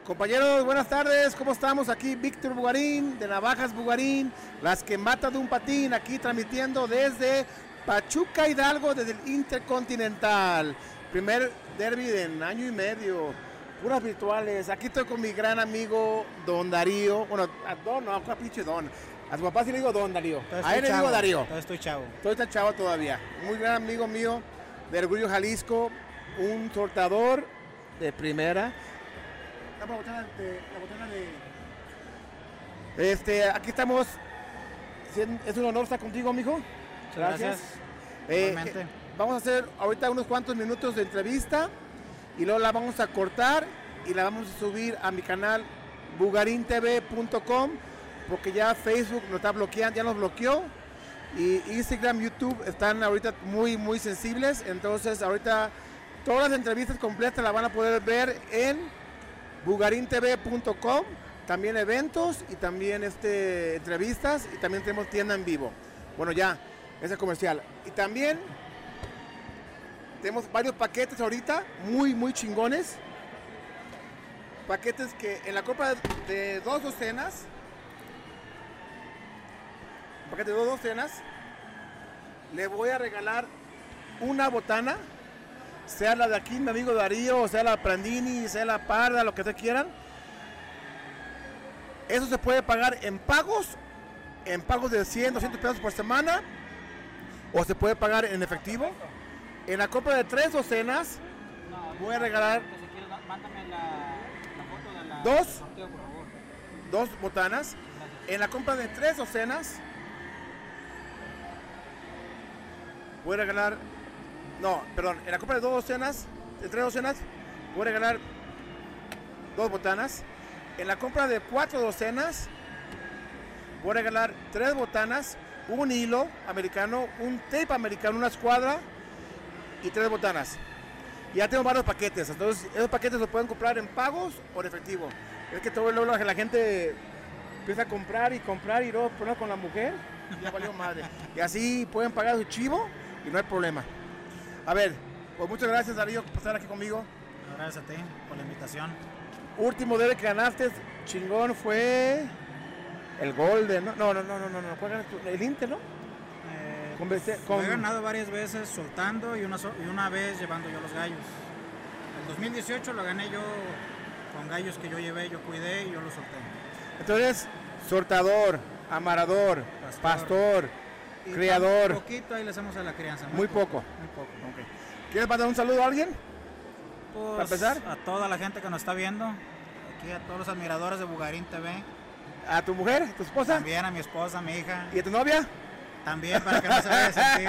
Compañeros, buenas tardes, ¿cómo estamos? Aquí Víctor Bugarín, de Navajas Bugarín, las que matan de un patín, aquí transmitiendo desde Pachuca, Hidalgo, desde el Intercontinental. Primer derby en año y medio, puras virtuales. Aquí estoy con mi gran amigo Don Darío. Bueno, a Don, no, a pinche Don. A su papá sí le digo Don Darío. A él le digo Darío. Todavía estoy chavo. Todavía está chavo todavía. Muy gran amigo mío de Orgullo Jalisco, un sortador de primera. La botana de... aquí estamos. Es un honor estar contigo, mijo. Gracias. Vamos a hacer ahorita unos cuantos minutos de entrevista y luego la vamos a cortar y la vamos a subir a mi canal bugarintv.com, porque ya Facebook nos está bloqueando, ya nos bloqueó, y Instagram, YouTube están ahorita muy sensibles. Entonces ahorita todas las entrevistas completas las van a poder ver en bugarintv.com, también eventos y también entrevistas, y también tenemos tienda en vivo. Bueno, ya, ese comercial. Y también tenemos varios paquetes ahorita, muy chingones. Paquetes que en la compra de 2 docenas, paquete de 2 docenas, le voy a regalar una botana, sea la de aquí, mi amigo Darío, o sea la Prandini, sea la Parda, lo que ustedes quieran. Eso se puede pagar en pagos de 100, 200 pesos por semana, o se puede pagar en efectivo. En la compra de 3 docenas, voy a regalar Mándame la foto de la 2 sorteo, por favor. 2 botanas. En la compra de 3 docenas, voy a regalar... No, perdón, en la compra de 2 docenas, de 3 docenas, voy a regalar 2 botanas. En la compra de 4 docenas, voy a regalar 3 botanas, un hilo americano, un tape americano, una escuadra y 3 botanas. Ya tengo varios paquetes, entonces esos paquetes los pueden comprar en pagos o en efectivo. Es que todo luego la gente empieza a comprar y luego poner con la mujer, y ya valió madre. Y así pueden pagar su chivo y no hay problema. A ver, pues muchas gracias, Darío, por estar aquí conmigo. Gracias a ti por la invitación. Último debe que ganaste chingón fue el Golden, ¿no? No, ¿cuál ganaste? El Inter, ¿no? He ganado varias veces soltando y una vez llevando yo los gallos. El 2018 lo gané yo con gallos que yo llevé, yo cuidé y yo los solté. Entonces, sortador, amarador, pastor, y criador. Un poquito ahí le hacemos a la crianza. Muy poco. Okay. ¿Quieres mandar un saludo a alguien? Pues, ¿para empezar? A toda la gente que nos está viendo, aquí a todos los admiradores de Bugarín TV. ¿A tu mujer, a tu esposa? También a mi esposa, a mi hija. ¿Y a tu novia? También, para que no se vaya a sentir.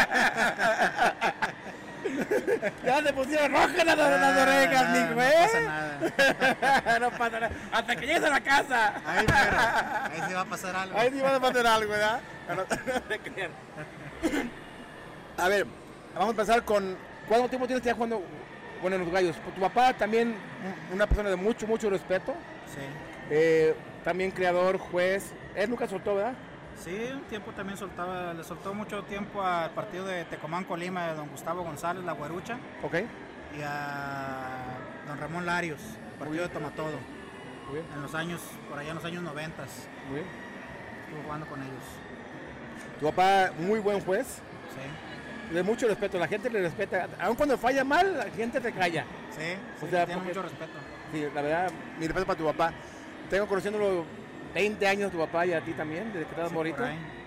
Ya se pusieron rojas las orejas, mi güey. No pasa nada. No pasa nada. Hasta que llegues a la casa. Ahí sí va a pasar algo. Ahí sí va a pasar algo, ¿verdad? No te crean. A ver, vamos a empezar con... ¿Cuánto tiempo tienes ya jugando, bueno, en los gallos? Tu papá también, una persona de mucho respeto. Sí. También criador, juez. Él nunca soltó, ¿verdad? Sí, un tiempo también le soltó mucho tiempo al partido de Tecomán Colima de don Gustavo González, la Güerucha. Ok. Y a don Ramón Larios, partido de Tomatodo. Muy bien. Por allá en los años 90. Muy bien. Estuve jugando con ellos. Tu papá, muy buen juez. Sí. De mucho respeto, la gente le respeta. Aun cuando falla mal, la gente te calla. Sí, o sea, tiene mucho respeto. Sí, la verdad, mi respeto para tu papá. Tengo conociéndolo 20 años tu papá y a ti también, desde que estabas morito.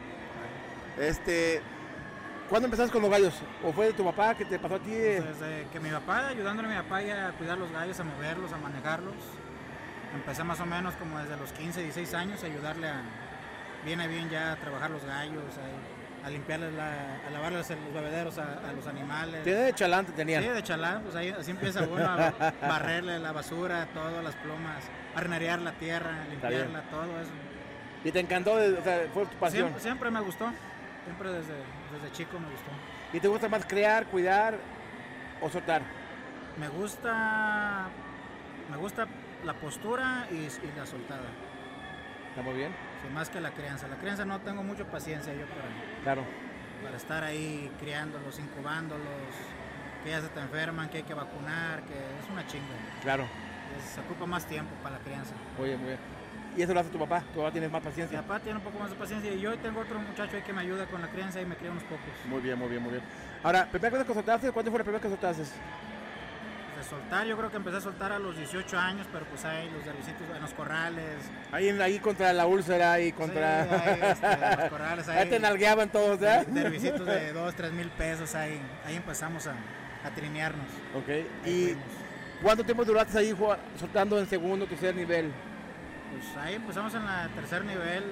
¿Cuándo empezaste con los gallos? ¿O fue de tu papá que te pasó a ti? Desde que mi papá, ayudándole a mi papá a cuidar los gallos, a moverlos, a manejarlos. Empecé más o menos como desde los 15, 16 años a ayudarle bien ya a trabajar los gallos, a limpiarles, a lavarles los bebederos a los animales. ¿Tiene de chalán te tenían? Sí, de chalán, pues ahí así empieza uno a barrerle la basura, todas las plumas, arnerear la tierra, limpiarla, todo eso. ¿Y te encantó? O sea, ¿fue tu pasión? Siempre me gustó, siempre desde chico me gustó. ¿Y te gusta más crear, cuidar o soltar? Me gusta la postura y la soltada. Está muy bien. Sí, más que la crianza. La crianza no tengo mucha paciencia yo para estar ahí criándolos, incubándolos, que ya se te enferman, que hay que vacunar, que es una chinga. Claro. se ocupa más tiempo para la crianza. Muy bien, muy bien. Y eso lo hace tu papá tienes más Mi paciencia. papá tiene un poco más de paciencia y yo tengo otro muchacho ahí que me ayuda con la crianza y me cría unos pocos. Muy bien, muy bien, muy bien. Ahora, ¿primera vez que soltaste? ¿Cuándo fue la primera vez que soltaste? De soltar, yo creo que empecé a soltar a los 18 años, pero pues ahí los servicios en los corrales. Ahí contra la úlcera, ahí contra... Sí, ahí, los corrales, ahí te nalgueaban todos, ¿verdad? Servicios de 2, 3 mil pesos, ahí empezamos a trinearnos. Ok, Ahí ¿y fuimos. cuánto tiempo duraste ahí soltando en segundo, tercer nivel? Pues ahí empezamos en la tercer nivel,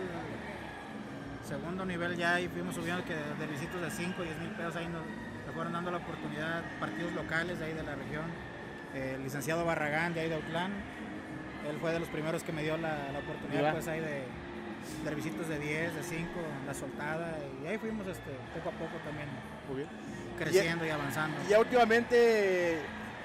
segundo nivel ya, ahí fuimos subiendo que de visitos de 5, 10 mil pesos, ahí nos fueron dando la oportunidad, partidos locales de ahí de la región. El licenciado Barragán de ahí de Autlán, él fue de los primeros que me dio la oportunidad pues ahí de visitos de 10, de 5, la soltada, y ahí fuimos poco a poco también Muy bien. creciendo y avanzando. Ya últimamente,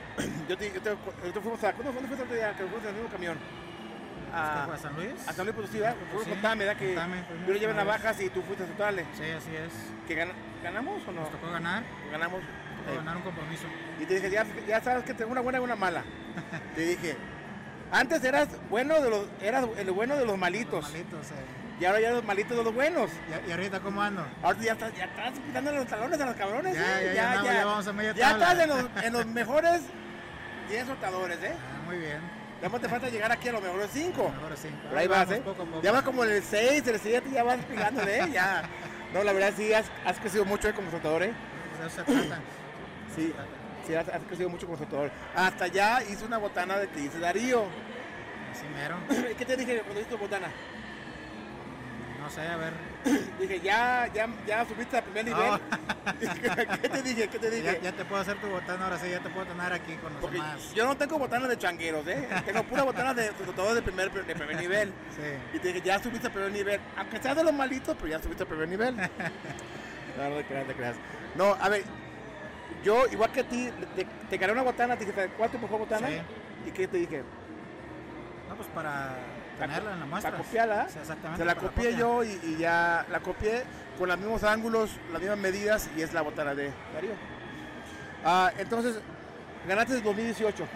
yo fuimos a... ¿Cuándo fuiste el otro día? Que fuimos en el mismo camión. ¿A San Luis? A San Luis Potosí, ¿verdad? Fuimos Sí, con Tame, ¿verdad? Que Tame, fuimos yo le llevé una vez. navajas y tú fuiste a soltarle. Sí, así es. ¿Que ganamos o no? Nos tocó ganar, Ganamos. ganar un compromiso. Y te dije, ya sabes que tengo una buena y una mala. Te dije, antes eras el bueno de los malitos. Los malitos, Y ahora ya eres los malitos de los buenos. ¿Y ahorita cómo ando? Ahora ya estás quitándole los talones a los cabrones. Ya vamos a media Ya tabla. estás en los mejores 10 soltadores, ¿eh? Muy bien. Ya más te falta llegar aquí a los mejores 5. Mejor 5. Pero ahí vas, ¿eh? Poco a poco. Ya vas como en el 6, el 7, ya vas pegándole, ¿eh? Ya. No, la verdad sí, has crecido mucho como soltador, ¿eh? Pues eso se trata. Sí, has crecido mucho como soltador. Hasta ya hice una botana de que dice Darío. Así mero. ¿Qué te dije cuando hiciste tu botana? No sé, a ver. Dije, ya subiste al primer nivel. Oh. ¿Qué te dije? Ya te puedo hacer tu botana, ahora sí, ya te puedo tener aquí con los Porque demás. yo no tengo botanas de changueros, ¿eh? Tengo pura botana de soltadores de primer nivel. Sí. Y te dije, ya subiste al primer nivel. Aunque seas de los malitos, pero ya subiste al primer nivel. No te creas. No, a ver, yo, igual que a ti, te gané una botana, te dije, ¿cuál es tu mejor botana? Sí. ¿Y qué te dije? No, pues para tenerla en la muestra. Para copiarla. Sí, exactamente. Se la para copié copia. yo y ya la copié con los mismos ángulos, las mismas medidas y es la botana de Darío. Entonces, ganaste el 2018.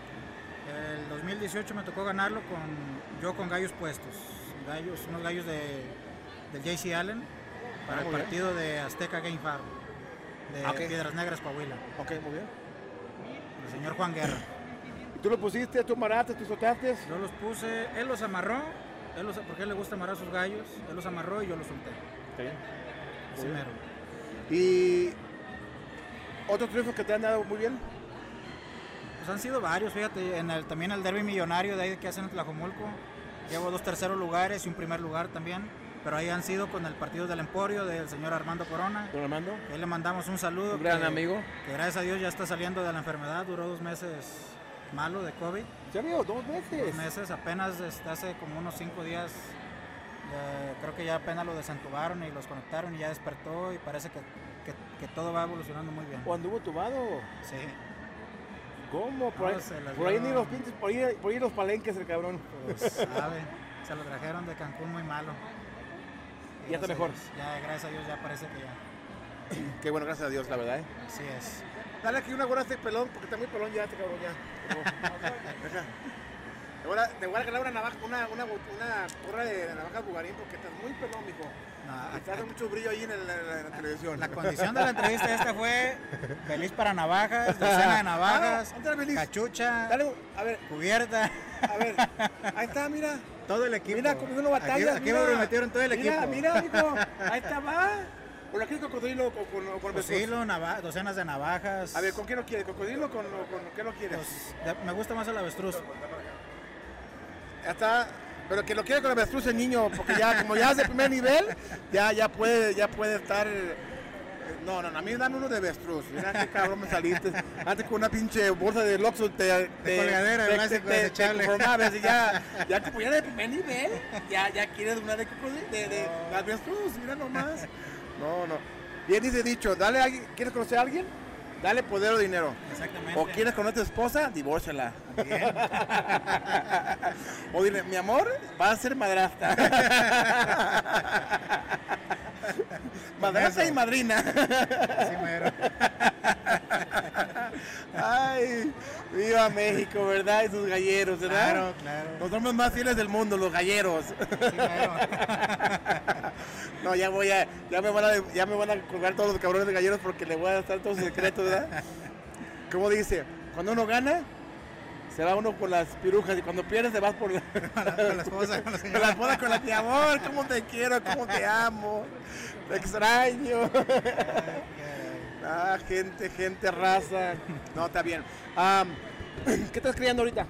El 2018 me tocó ganarlo con gallos puestos. Unos gallos del JC Allen para el muy bien. partido de Azteca Game Farm de Piedras Negras, Coahuila. Ok, muy bien. El señor Juan Guerra. ¿Y tú lo pusiste, tú maraste, tú soltaste? Yo los puse, él los amarró, porque a él le gusta amarrar sus gallos, él los amarró y yo los solté. Está bien. Así Muy bien. mero. ¿Y otros triunfos que te han dado muy bien? Pues han sido varios, fíjate, también el derby millonario de ahí que hacen en Tlajomulco. Llevo 2 terceros lugares y un primer lugar también. Pero ahí han sido con el partido del Emporio del señor Armando Corona. ¿Don Armando? Ahí le mandamos un saludo. Un gran amigo. Que gracias a Dios ya está saliendo de la enfermedad. Duró 2 meses malo de COVID. ¿Ya vio? 2 meses. 2 meses, apenas hace como unos 5 días. Creo que ya apenas lo desentubaron y los conectaron y ya despertó y parece que todo va evolucionando muy bien. ¿O anduvo tubado? Sí. ¿Cómo? Por, No, ahí, se las por ahí dio. ni los pinches, por ahí los palenques el cabrón. Pues sabe, se lo trajeron de Cancún muy malo. Ya está mejor. Ya, gracias a Dios, ya parece que ya. Qué bueno, gracias a Dios, la verdad, ¿eh? Así es. Dale aquí una gorra a este pelón, porque está muy pelón ya este cabrón ya. Deja. Te voy a regalar una navaja, una gorra de navajas Bugarín, porque estás muy pelón, mijo. No, Y te hace mucho brillo ahí en la televisión. La condición de la entrevista esta fue feliz para navajas, docena de navajas, ¿dónde está feliz? cachucha, Dale, a ver, cubierta, ahí está, mira. todo el equipo. Mira, como una batalla. Aquí me prometieron todo el equipo. Mira, mijo, ahí está, va. ¿Por aquí cocodrilo o con Cocodrilo, docenas de navajas. A ver, ¿con qué lo quieres? ¿Cocodrilo o con qué lo quieres? Pues, me gusta más el avestruz. Ya está, pero que lo quiere con el avestruz el niño, porque ya, como ya es de primer nivel, ya puede estar. No, a mí dame uno de avestruz. Mira qué cabrón me saliste. Antes con una pinche bolsa de Loxo de colgadera, de plástico desechable. conformabas y ya como ya de primer nivel, ya quieres una de cocodrilo, de avestruz, mira nomás. No. Bien dice dicho, dale a alguien, ¿quieres conocer a alguien? Dale poder o dinero. Exactamente. O quieres conocer a tu esposa, divórciala. Bien. O dile, mi amor, vas a ser madrastra. Madrastra y madrina. Así mero. Ay, Viva México, ¿verdad? Y sus galleros, ¿verdad? Claro, claro. Los hombres más fieles del mundo, los galleros. Sí, claro. No, ya me van a colgar todos los cabrones de galleros porque le voy a dar todos sus secretos, ¿verdad? ¿Cómo dice? Cuando uno gana, se va uno por las pirujas y cuando pierdes se vas por la... Con la esposa, con la Con señora. la esposa, con la mi amor, cómo te quiero, cómo te amo, te extraño. Ah, gente, raza. No, está bien. ¿Qué estás criando ahorita?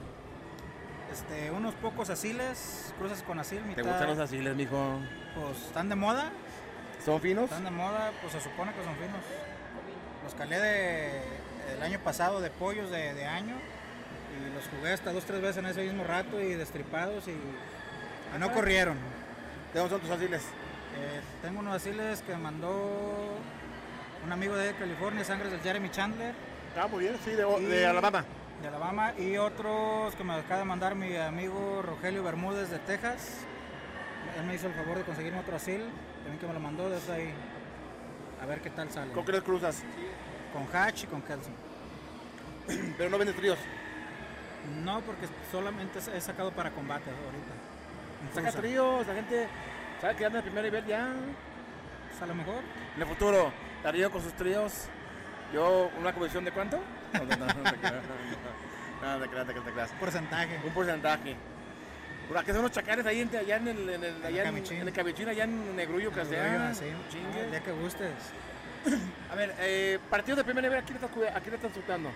Unos pocos asiles, cruzas con asil, mitad. ¿Te gustan los asiles, mijo? Pues están de moda, ¿Son finos? están de moda, pues se supone que son finos. Los calé el año pasado de pollos de año y los jugué hasta 2-3 veces en ese mismo rato y destripados y no corrieron. ¿De dónde son tus asiles? Tengo unos asiles que mandó un amigo de California, sangres del Jeremy Chandler, Ah, muy bien, sí, de Alabama. de Alabama, y otros que me acaba de mandar mi amigo Rogelio Bermúdez de Texas. Él me hizo el favor de conseguirme otro asil, también que me lo mandó desde ahí. A ver qué tal sale. ¿Con qué les cruzas? Con Hatch y con Kelson. Pero no vendes tríos. No, porque solamente he sacado para combate ahorita. Saca Incluso, tríos, la gente sabe que anda en el primer nivel ya. pues, a lo mejor. En el futuro, Darío con sus tríos. Yo, ¿una comisión de cuánto? No te creas. No te creas. Porcentaje. Un porcentaje. Por aquí son unos chacales ahí allá en el Camichín, allá en Negrullo, que sea. Sí, Chingue. el día que gustes. A ver, partidos de primer nivel, ¿a quién le estás soltando?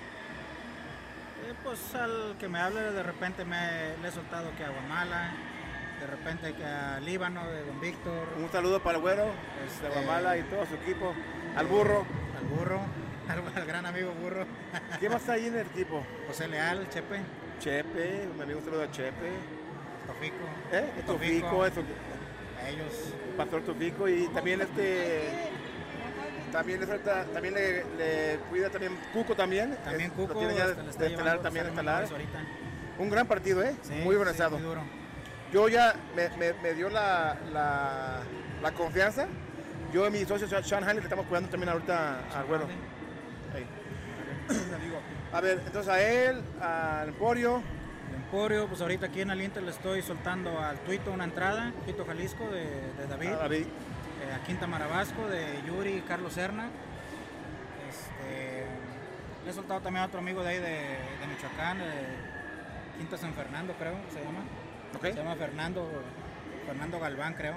Pues al que me hable de repente le he soltado que a Guamala, de repente que a Líbano, de Don Víctor, Un saludo para el güero, de Guamala y todo su equipo. Al burro. al burro, al gran amigo burro, ¿Quién más está ahí en el equipo? José Leal, Chepe, Chepe, mi amigo, un saludo a Chepe. Tofico, Tufico, a ellos. Pastor Tufico y también también le cuida también Cuco también. También Lo Cuco, tiene ya hasta le está de estelar llevando también a estar en estelar. Monterrey ahorita. Un gran partido, Sí, muy organizado. sí, muy duro. Yo ya me dio la confianza. Yo y mi socio Sean Hanley le estamos cuidando también ahorita al güero. Ahí. Le digo, a ver, entonces a él, al Emporio. El Emporio, pues ahorita aquí en el Inter le estoy soltando al Tuito una entrada, Tuito Jalisco de David, A David. a Quinta Marabasco de Yuri y Carlos Serna. Le he soltado también a otro amigo de ahí de Michoacán, de Quinta San Fernando creo que se llama. Ok. Se llama Fernando Galván creo.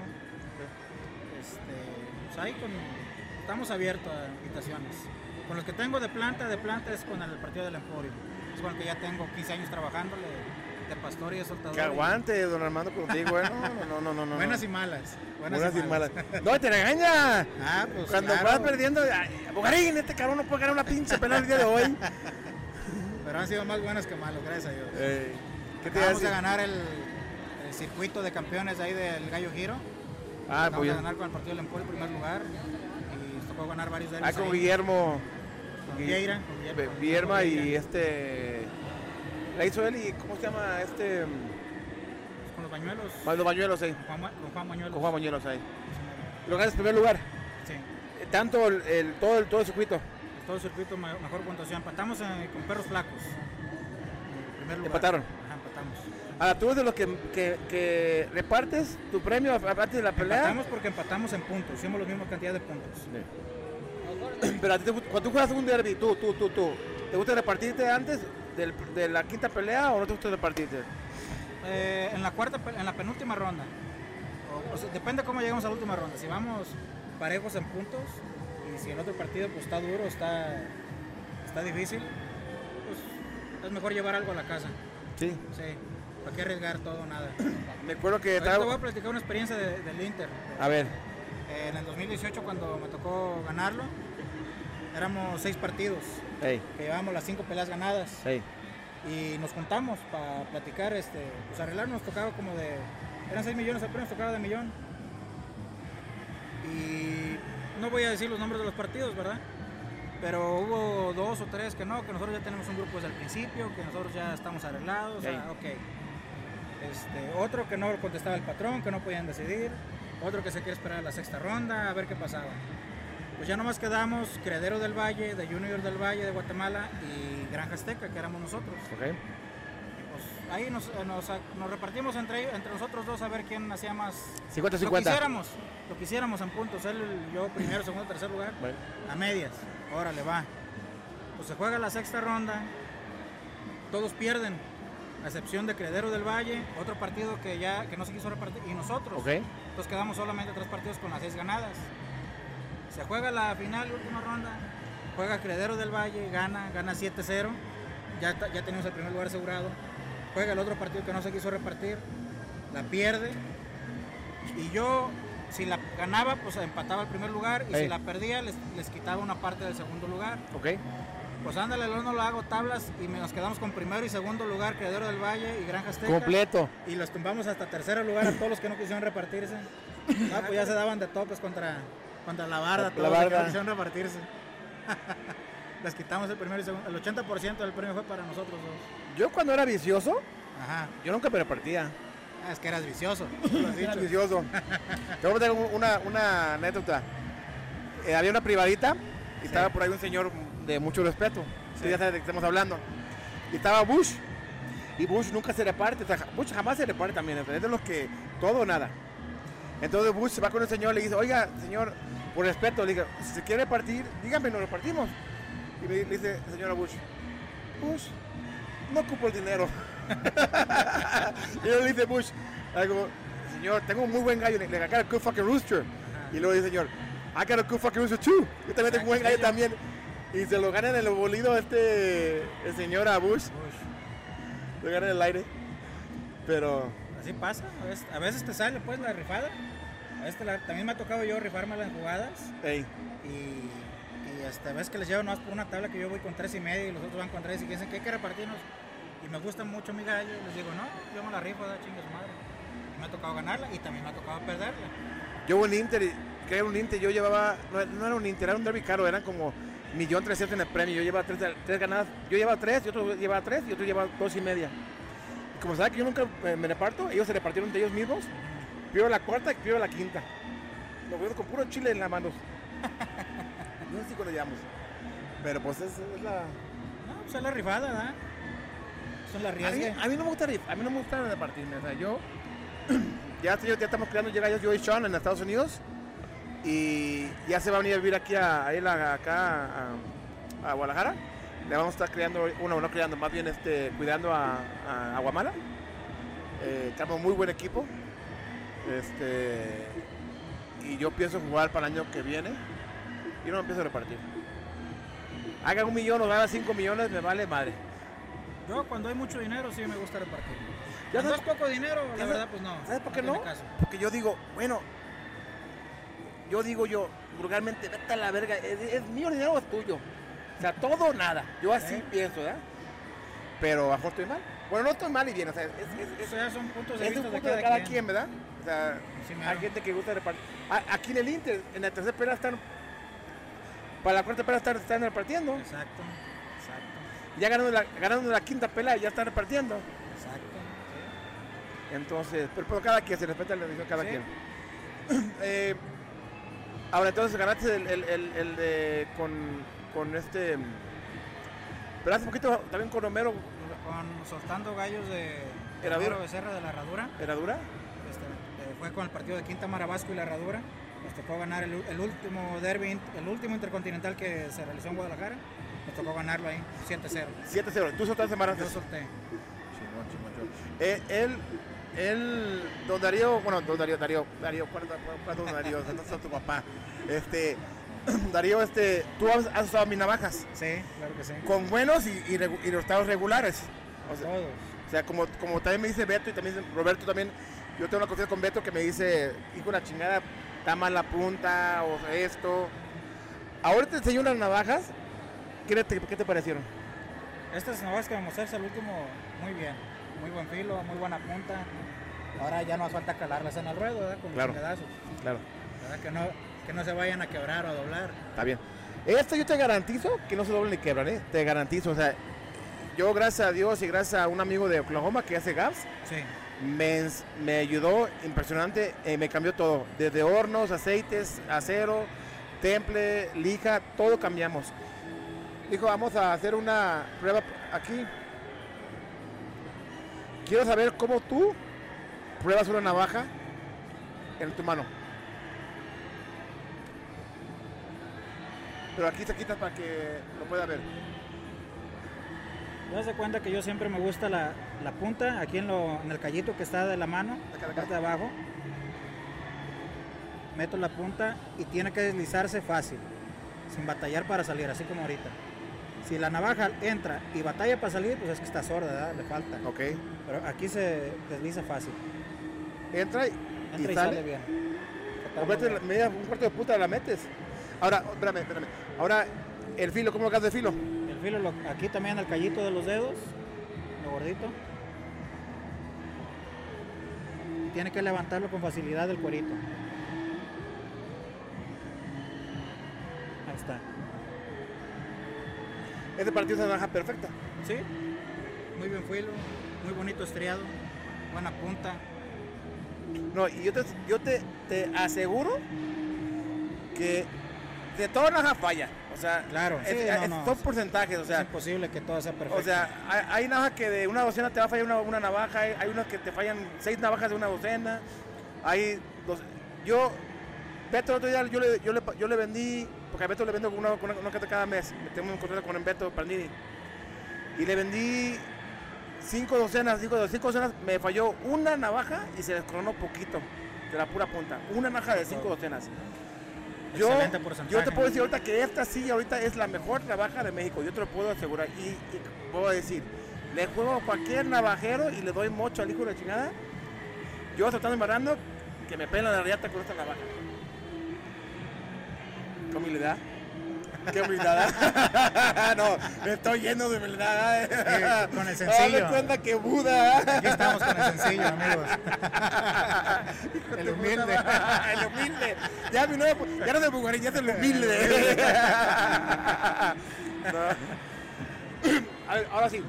Pues ahí estamos abiertos a invitaciones. Con los que tengo de planta es con el partido del Emporio. Es con el que ya tengo 15 años trabajando de pastor y de soltador. Que aguante, don Armando, contigo, No. Buenas y malas. Buenas y malas. No, te regaña. Ah, pues Cuando claro. vas perdiendo, Bogarín, este cabrón no puede ganar una pinche pelea el día de hoy. Pero han sido más buenas que malos, gracias a Dios. ¿Qué te iba a Vamos a decir? ganar el circuito de campeones de ahí del Gallo Giro. Ah, Vamos pues a ganar con el partido del Emporio en primer lugar. Y nos tocó ganar varios de ellos. con ahí. Guillermo. Con Vieira. Vierma y Vieira. la hizo él y ¿cómo se llama Con los bañuelos. Los Bañuelos ahí. Con Juan Bañuelos. Con Juan Bañuelos ahí. Lo ganas en primer lugar. Sí. Tanto todo el circuito. Todo el circuito, mejor puntuación. Empatamos con Perros Flacos. En primer lugar. Empataron. Ajá, empatamos. Ahora, tú eres de los que repartes tu premio aparte de la pelea. Empatamos porque empatamos en puntos. Hicimos la misma cantidad de puntos. Pero a ti cuando tú juegas un derby, tú, ¿te gusta repartirte antes de la quinta pelea o no te gusta repartirte? En la penúltima ronda. O sea, depende cómo llegamos a la última ronda. Si vamos parejos en puntos y si el otro partido pues está duro, está difícil, pues es mejor llevar algo a la casa. Sí. Sí. ¿Para qué arriesgar todo o nada? Me acuerdo que Ahorita te voy a platicar una experiencia del Inter. A ver. En el 2018 cuando me tocó ganarlo, éramos 6 partidos, Hey, que llevábamos las 5 peleas ganadas. hey. Y nos juntamos para platicar, pues arreglar nos tocaba eran 6 millones, apenas nos tocaba de millón. Y no voy a decir los nombres de los partidos, ¿verdad? Pero hubo 2 o 3 que nosotros ya tenemos un grupo desde el principio, que nosotros ya estamos arreglados, Okay. ok. Otro que no contestaba el patrón, que no podían decidir, otro que se quiere esperar a la sexta ronda, a ver qué pasaba. Pues ya nomás quedamos Criadero del Valle, de Junior del Valle de Guatemala y Granja Azteca, que éramos nosotros. Ok. Pues ahí nos repartimos entre nosotros dos a ver quién hacía más. 50-50. Lo quisiéramos en puntos. Él, yo primero, segundo, tercer lugar. Bueno. A medias. Órale, va. Pues se juega la sexta ronda. Todos pierden, a excepción de Criadero del Valle, otro partido que no se quiso repartir, y nosotros. Ok. Entonces quedamos solamente 3 partidos con las 6 ganadas. Se juega la final, última ronda. Juega Criadero del Valle, gana 7-0. Ya tenemos el primer lugar asegurado. Juega el otro partido que no se quiso repartir, la pierde. Y yo, si la ganaba, pues empataba el primer lugar. Y si la perdía, les quitaba una parte del segundo lugar. Ok. Pues ándale, luego lo hago tablas y nos quedamos con primero y segundo lugar, Criadero del Valle y Granja Azteca. Completo. Y los tumbamos hasta tercer lugar a todos los que no quisieron repartirse. No, pues ya se daban de topes contra la barda, todos los que no quisieron repartirse. Les quitamos el primero y segundo. El 80% del premio fue para nosotros dos. Yo cuando era vicioso, Ajá. yo nunca me repartía. Ah, es que eras vicioso. Era vicioso. Te voy a contar una anécdota. Había una privadita y estaba por ahí un señor de mucho respeto. Sí. Ya sabes de qué estamos hablando. Y estaba Bush. Y Bush nunca se reparte. O sea, Bush jamás se reparte también. Es de los que todo o nada. Entonces Bush se va con el señor y le dice, oiga, señor, por respeto, le digo, si se quiere repartir, dígame, nos repartimos. Y le dice el señor a Bush, no ocupo el dinero. Y luego le dice Bush, algo, señor, tengo un muy buen gallo, le got a good fucking rooster. Y luego dice el señor, I got a good fucking rooster too. Yo también tengo un buen gallo también. Y se lo gana en el bolido el señor a Bush. Lo gana en el aire. Pero así pasa, a veces te sale pues la rifada. A veces también me ha tocado yo rifármela en jugadas. Hey. Y a veces que les llevo nomás por una tabla que yo voy con 3.5 y los otros van con 3 y dicen que hay que repartirnos. Y me gusta mucho mi gallo y les digo, no, yo me la rifo, chingue su madre. Y me ha tocado ganarla y también me ha tocado perderla. Yo en Inter, que era un Inter, yo llevaba, no era un Inter, era un derby caro, eran como 1.300.000 en el premio. Yo llevaba 3 ganadas, yo llevaba 3, y otro llevaba 3 y otro llevaba 2.5. Y como saben que yo nunca me reparto, ellos se repartieron entre ellos mismos. Pierdo la cuarta y pierdo la quinta. Lo veo con puro chile en las manos. No sé si cuando llegamos. Pero pues es la... No, pues es la rifada, ¿verdad? Son las riesgas. A mí no me gusta a mí no me gusta repartirme. O sea, yo... ya estamos creando gallos yo y Sean en Estados Unidos. Y ya se va a venir a vivir aquí a Guadalajara. Le vamos a estar creando, no creando, más bien cuidando a Aguamala. Tenemos muy buen equipo. Y yo pienso jugar para el año que viene. Yo no me empiezo a repartir. Haga 1 millón o haga 5 millones, me vale madre. Yo cuando hay mucho dinero sí me gusta repartir. ¿Ya Cuando es poco dinero, la verdad pues no. ¿Sabes por qué no? Porque yo digo, bueno, vulgarmente, vete a la verga, ¿es mío dinero o es tuyo? O sea, todo o nada. Yo así pienso, ¿verdad? Pero a mejor estoy mal. Bueno, no estoy mal y bien, o sea, eso ya son puntos de vista vista de cada quien, ¿verdad? O sea, sí, hay gente que gusta repartir. Aquí en el Inter, en la tercera pelea están, para la cuarta pelea están repartiendo. Exacto. Ya ganando la quinta pelea ya están repartiendo. Exacto. Sí. Entonces, pero cada quien, se respeta la decisión de cada quien. Ahora entonces ganaste el de con pero hace poquito también con Homero. Soltando gallos de Herradura. Becerra de la Herradura. ¿Herradura? Fue con el partido de Quinta Marabasco y la Herradura. Nos tocó ganar el último derby, el último intercontinental que se realizó en Guadalajara. Nos tocó ganarlo ahí, 7-0. 7-0. ¿Tú soltaste semanas? Yo solté. Don Darío, ¿cuál don Darío? No soy tu papá. Darío, tú has usado mis navajas. Sí, claro que sí. Con buenos y resultados regulares. Todos. O sea, como también me dice Beto y también Roberto también, yo tengo una confianza con Beto que me dice, hijo de la chingada, está mal la punta o esto. Ahora te enseño unas navajas, ¿qué te parecieron? Estas navajas que me mostraste al último, muy bien, muy buen filo, muy buena punta. Ahora ya nos falta calarlas en el ruedo, ¿verdad? Con los pedazos. Claro. ¿Verdad? Que no se vayan a quebrar o a doblar. Está bien. Yo te garantizo que no se doblan ni quebran, ¿eh? Te garantizo, o sea, yo gracias a Dios y gracias a un amigo de Oklahoma que hace gas, sí, me ayudó impresionante, me cambió todo, desde hornos, aceites, acero, temple, lija, todo cambiamos. Dijo, vamos a hacer una prueba aquí. Quiero saber cómo tú pruebas una navaja en tu mano. Pero aquí se quita para que lo pueda ver. Te das de cuenta que yo siempre me gusta la punta, aquí en el callito que está de la mano, Acá, la acá. parte de abajo. Meto la punta y tiene que deslizarse fácil, sin batallar para salir, así como ahorita. Si la navaja entra y batalla para salir, pues es que está sorda, ¿verdad? Le falta. Ok. Pero aquí se desliza fácil. Entra y Sale bien. O metes media, un cuarto de punta la metes. Ahora, espérame. Ahora, el filo, ¿cómo lo hagas de filo? El filo aquí también el callito de los dedos, lo gordito. Y tiene que levantarlo con facilidad del cuerito. Ahí está. Este partido es una navaja perfecta. Sí, muy bien filo, muy bonito estriado, buena punta. No, y yo te aseguro que de toda navaja falla. O sea, Claro, sí, son porcentajes, o Es sea, imposible que todo sea perfecto. o sea, hay navajas que de una docena te va a fallar una navaja, hay unas que te fallan 6 navajas de una docena. Beto el otro día yo le vendí, porque a Beto le vendo una carta cada mes, me tengo un contrato con el Beto Pardini, y le vendí 5 docenas, me falló una navaja y se descoronó poquito, de la pura punta, una navaja de 5 docenas. Excelente porcentaje. Yo te puedo decir ahorita que esta sí, ahorita es la mejor navaja de México, yo te lo puedo asegurar, y puedo decir, le juego a cualquier navajero y le doy mocho al hijo de la chingada, yo tratando embarrando, que me pelan la riata con esta navaja. ¿Qué humildad? ¿Qué humildad? No, me estoy lleno de humildad. Sí, con el sencillo. Dame cuenta que Buda. Aquí estamos con el sencillo, amigos. El humilde. El humilde. Ya no se Bugarín, ya es el humilde. No. A ver, ahora sí.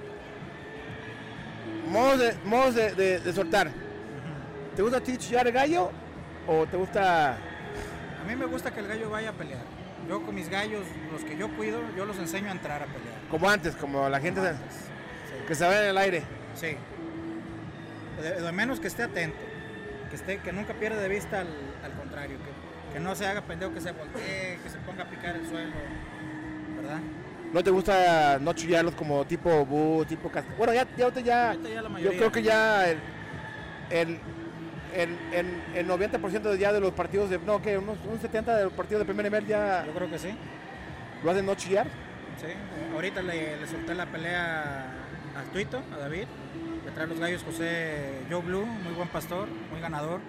Modos de soltar. ¿Te gusta a ti chillar el gallo o te gusta? A mí me gusta que el gallo vaya a pelear. Yo con mis gallos, los que yo cuido, yo los enseño a entrar a pelear. Como antes, como la gente Como antes. Sí. que se ve en el aire. Sí. De menos que esté atento, que nunca pierda de vista al contrario, que no se haga pendejo, que se voltee, que se ponga a picar el suelo, ¿verdad? ¿No te gusta no chillarlos como tipo bu, tipo casca? Bueno, Ahorita ya la yo mayoría. creo que ya el 90% ya de los partidos de, no, que un 70% de los partidos de primer nivel ya Yo creo que sí. lo hacen no chillar. Sí. Ahorita le solté la pelea a Tuito, a David. Le trae los gallos José Joe Blue, muy buen pastor, muy ganador.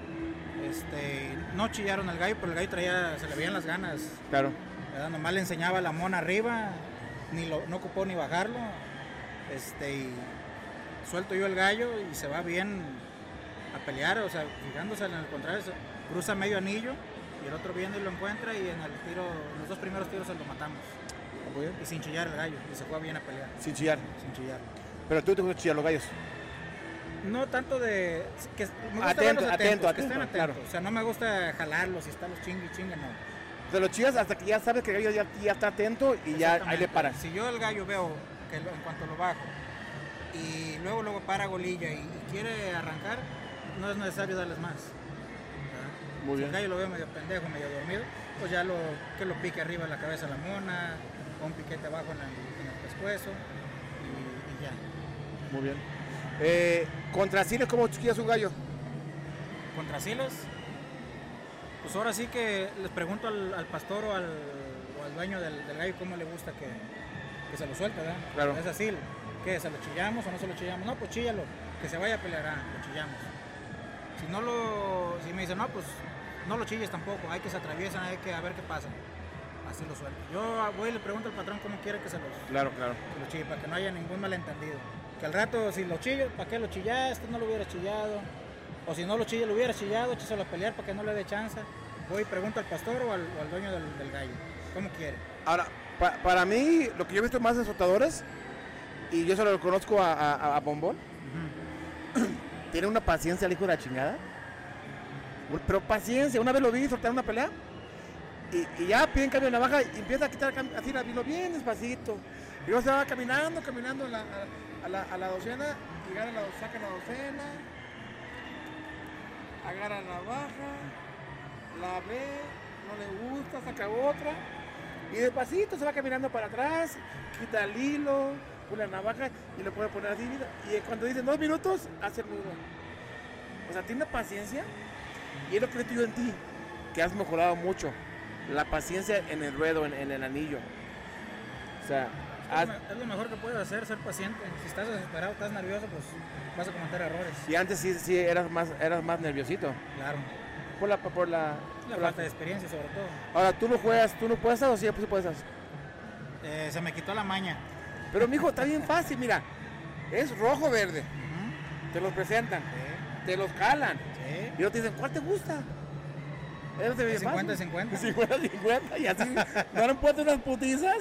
No chillaron al gallo, pero el gallo se le veían las ganas. Claro. ¿Verdad? Nomás le enseñaba la mona arriba, no ocupó ni bajarlo. Y suelto yo el gallo y se va bien a pelear, o sea, fijándose en el contrario, cruza medio anillo y el otro viene y lo encuentra y en los 2 primeros tiros se lo matamos. Y sin chillar el gallo, y se fue bien a pelear. Sin chillar. Sin chillar. Pero tú te gusta chillar los gallos. No tanto de... que me gusta Atento, verlos atento, que estén claro. atentos. O sea, no me gusta jalarlos y estarlos chingue, no. Te lo chillas hasta que ya sabes que el gallo ya está atento y ya ahí le paras. Si yo el gallo veo que en cuanto lo bajo y luego para golilla y quiere arrancar, no es necesario darles más. ¿Verdad? Muy Si bien. el gallo lo veo medio pendejo, medio dormido, pues ya que lo pique arriba de la cabeza a la mona, o un piquete abajo en el pescuezo y ya. Muy bien. Contra Siles, ¿cómo chillas un gallo? Contra Siles, pues ahora sí que les pregunto al pastor o al dueño del gallo cómo le gusta que se lo suelte, ¿verdad? Claro. Es así, ¿qué? ¿Se lo chillamos o no se lo chillamos? No, pues chíllalo, que se vaya a pelear, lo chillamos. Si me dicen, no, pues no lo chilles tampoco, hay que se atraviesan, hay que a ver qué pasa. Así lo suelto. Yo voy y le pregunto al patrón cómo quiere que se los chille, para que no haya ningún malentendido. Que al rato, si lo chillo, ¿para qué lo chillaste? No lo hubiera chillado. O si no lo chilla, lo hubiera chillado, échaselo a pelear para que no le dé chance. Voy y pregunto al pastor o al dueño del gallo, ¿cómo quiere? Ahora, para mí, lo que yo he visto más en soltadores, y yo solo lo conozco a Bombón, tiene una paciencia al hijo de la chingada. Pero paciencia, una vez lo vi soltar una pelea y ya piden cambio de navaja y empieza a quitar así la vilo bien despacito. Y luego se va caminando a la docena, y saca la docena, agarra la navaja, la ve, no le gusta, saca otra, y despacito se va caminando para atrás, quita el hilo, pone la navaja y le puede poner así, y cuando dicen 2 minutos, hace el nudo. O sea, tiene paciencia, y es lo que yo en ti, que has mejorado mucho, la paciencia en el ruedo, en el anillo. O sea, es lo mejor que puedes hacer, ser paciente. Si estás desesperado, estás nervioso, pues vas a cometer errores. Y antes sí eras más nerviosito. Claro. Por la falta de experiencia, sobre todo. Ahora, ¿tú no puedes o sí puedes? Se me quitó la maña. Pero mijo, está bien fácil, mira. Es rojo verde. Te los presentan. Sí. Te los calan. Sí. Y luego te dicen, ¿cuál te gusta? Eso te ve 50-50. 50-50. Y así, ¿no han puesto unas putizas?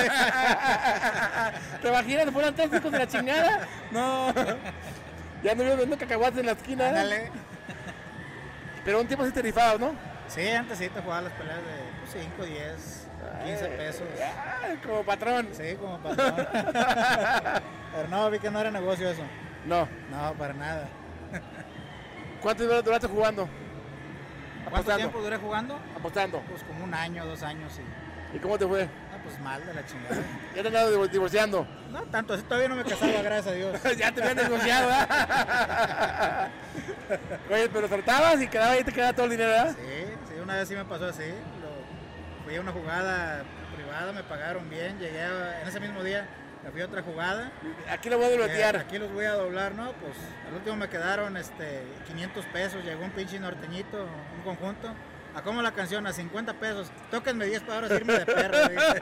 ¿Te imaginas? ¿Fueran tóxicos de la chingada? No. Ya no viendo cacahuates en la esquina. Ándale. Pero un tiempo sí te rifabas, ¿no? Sí, antes sí te jugaba las peleas de 5, 10, 15 pesos. Ay, como patrón. Sí, como patrón. Pero no, vi que no era negocio eso. No. No, para nada. ¿Cuánto duraste jugando? ¿Cuánto tiempo duré jugando? Apostando. Pues como 1 año, 2 años. ¿Y cómo te fue? Ah, pues mal de la chingada. ¿Ya te andado divorciando? No, tanto, todavía no me casaba, gracias a Dios. Ya te habían divorciado, ¿verdad? Oye, pero saltabas y ahí te quedaba todo el dinero, ¿verdad? Sí, una vez sí me pasó así. Fui a una jugada privada, me pagaron bien, llegué en ese mismo día, me fui a otra jugada. Aquí lo voy a dobletear. Aquí los voy a doblar, ¿no? Pues al último me quedaron 500 pesos, llegó un pinche norteñito, un conjunto. ¿A cómo la canción? A 50 pesos. Tóquenme 10 para ahora irme de perro.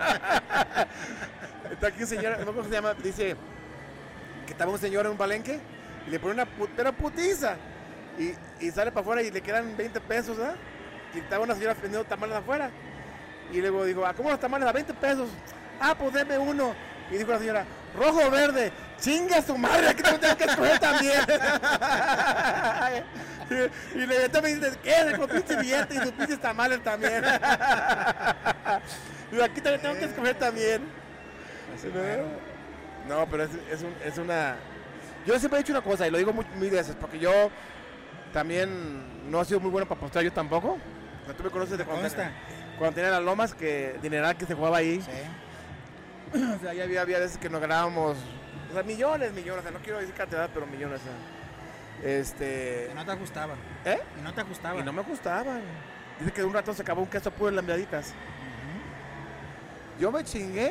Está aquí un señor, no sé cómo se llama, dice que estaba un señor en un palenque y le pone una putiza y sale para afuera y le quedan 20 pesos, ¿verdad? Y estaba una señora vendiendo tamales afuera y luego dijo, ¿a cómo los tamales? A 20 pesos. Ah, pues deme uno. Y dijo la señora, rojo o verde, chinga su madre, aquí te tengo que escoger también. Y le metió me dice, ¿qué? Con pinche billete y sus pinches tamales también. Y aquí también tengo que escoger también. No, pero es una... Yo siempre he dicho una cosa y lo digo mil veces, porque yo también no he sido muy bueno para apostar, yo tampoco. O sea, tú me conoces de cuando tenía las lomas, que dineral que se jugaba ahí. Sí. O sea, ya había veces que nos ganábamos, o sea, millones, o sea, no quiero decir cantidad, pero millones, o sea, Y no te ajustaba. ¿Eh? Y no te ajustaba. Y no me gustaban. Dice que de un rato se acabó un queso puro en las miraditas. Yo me chingué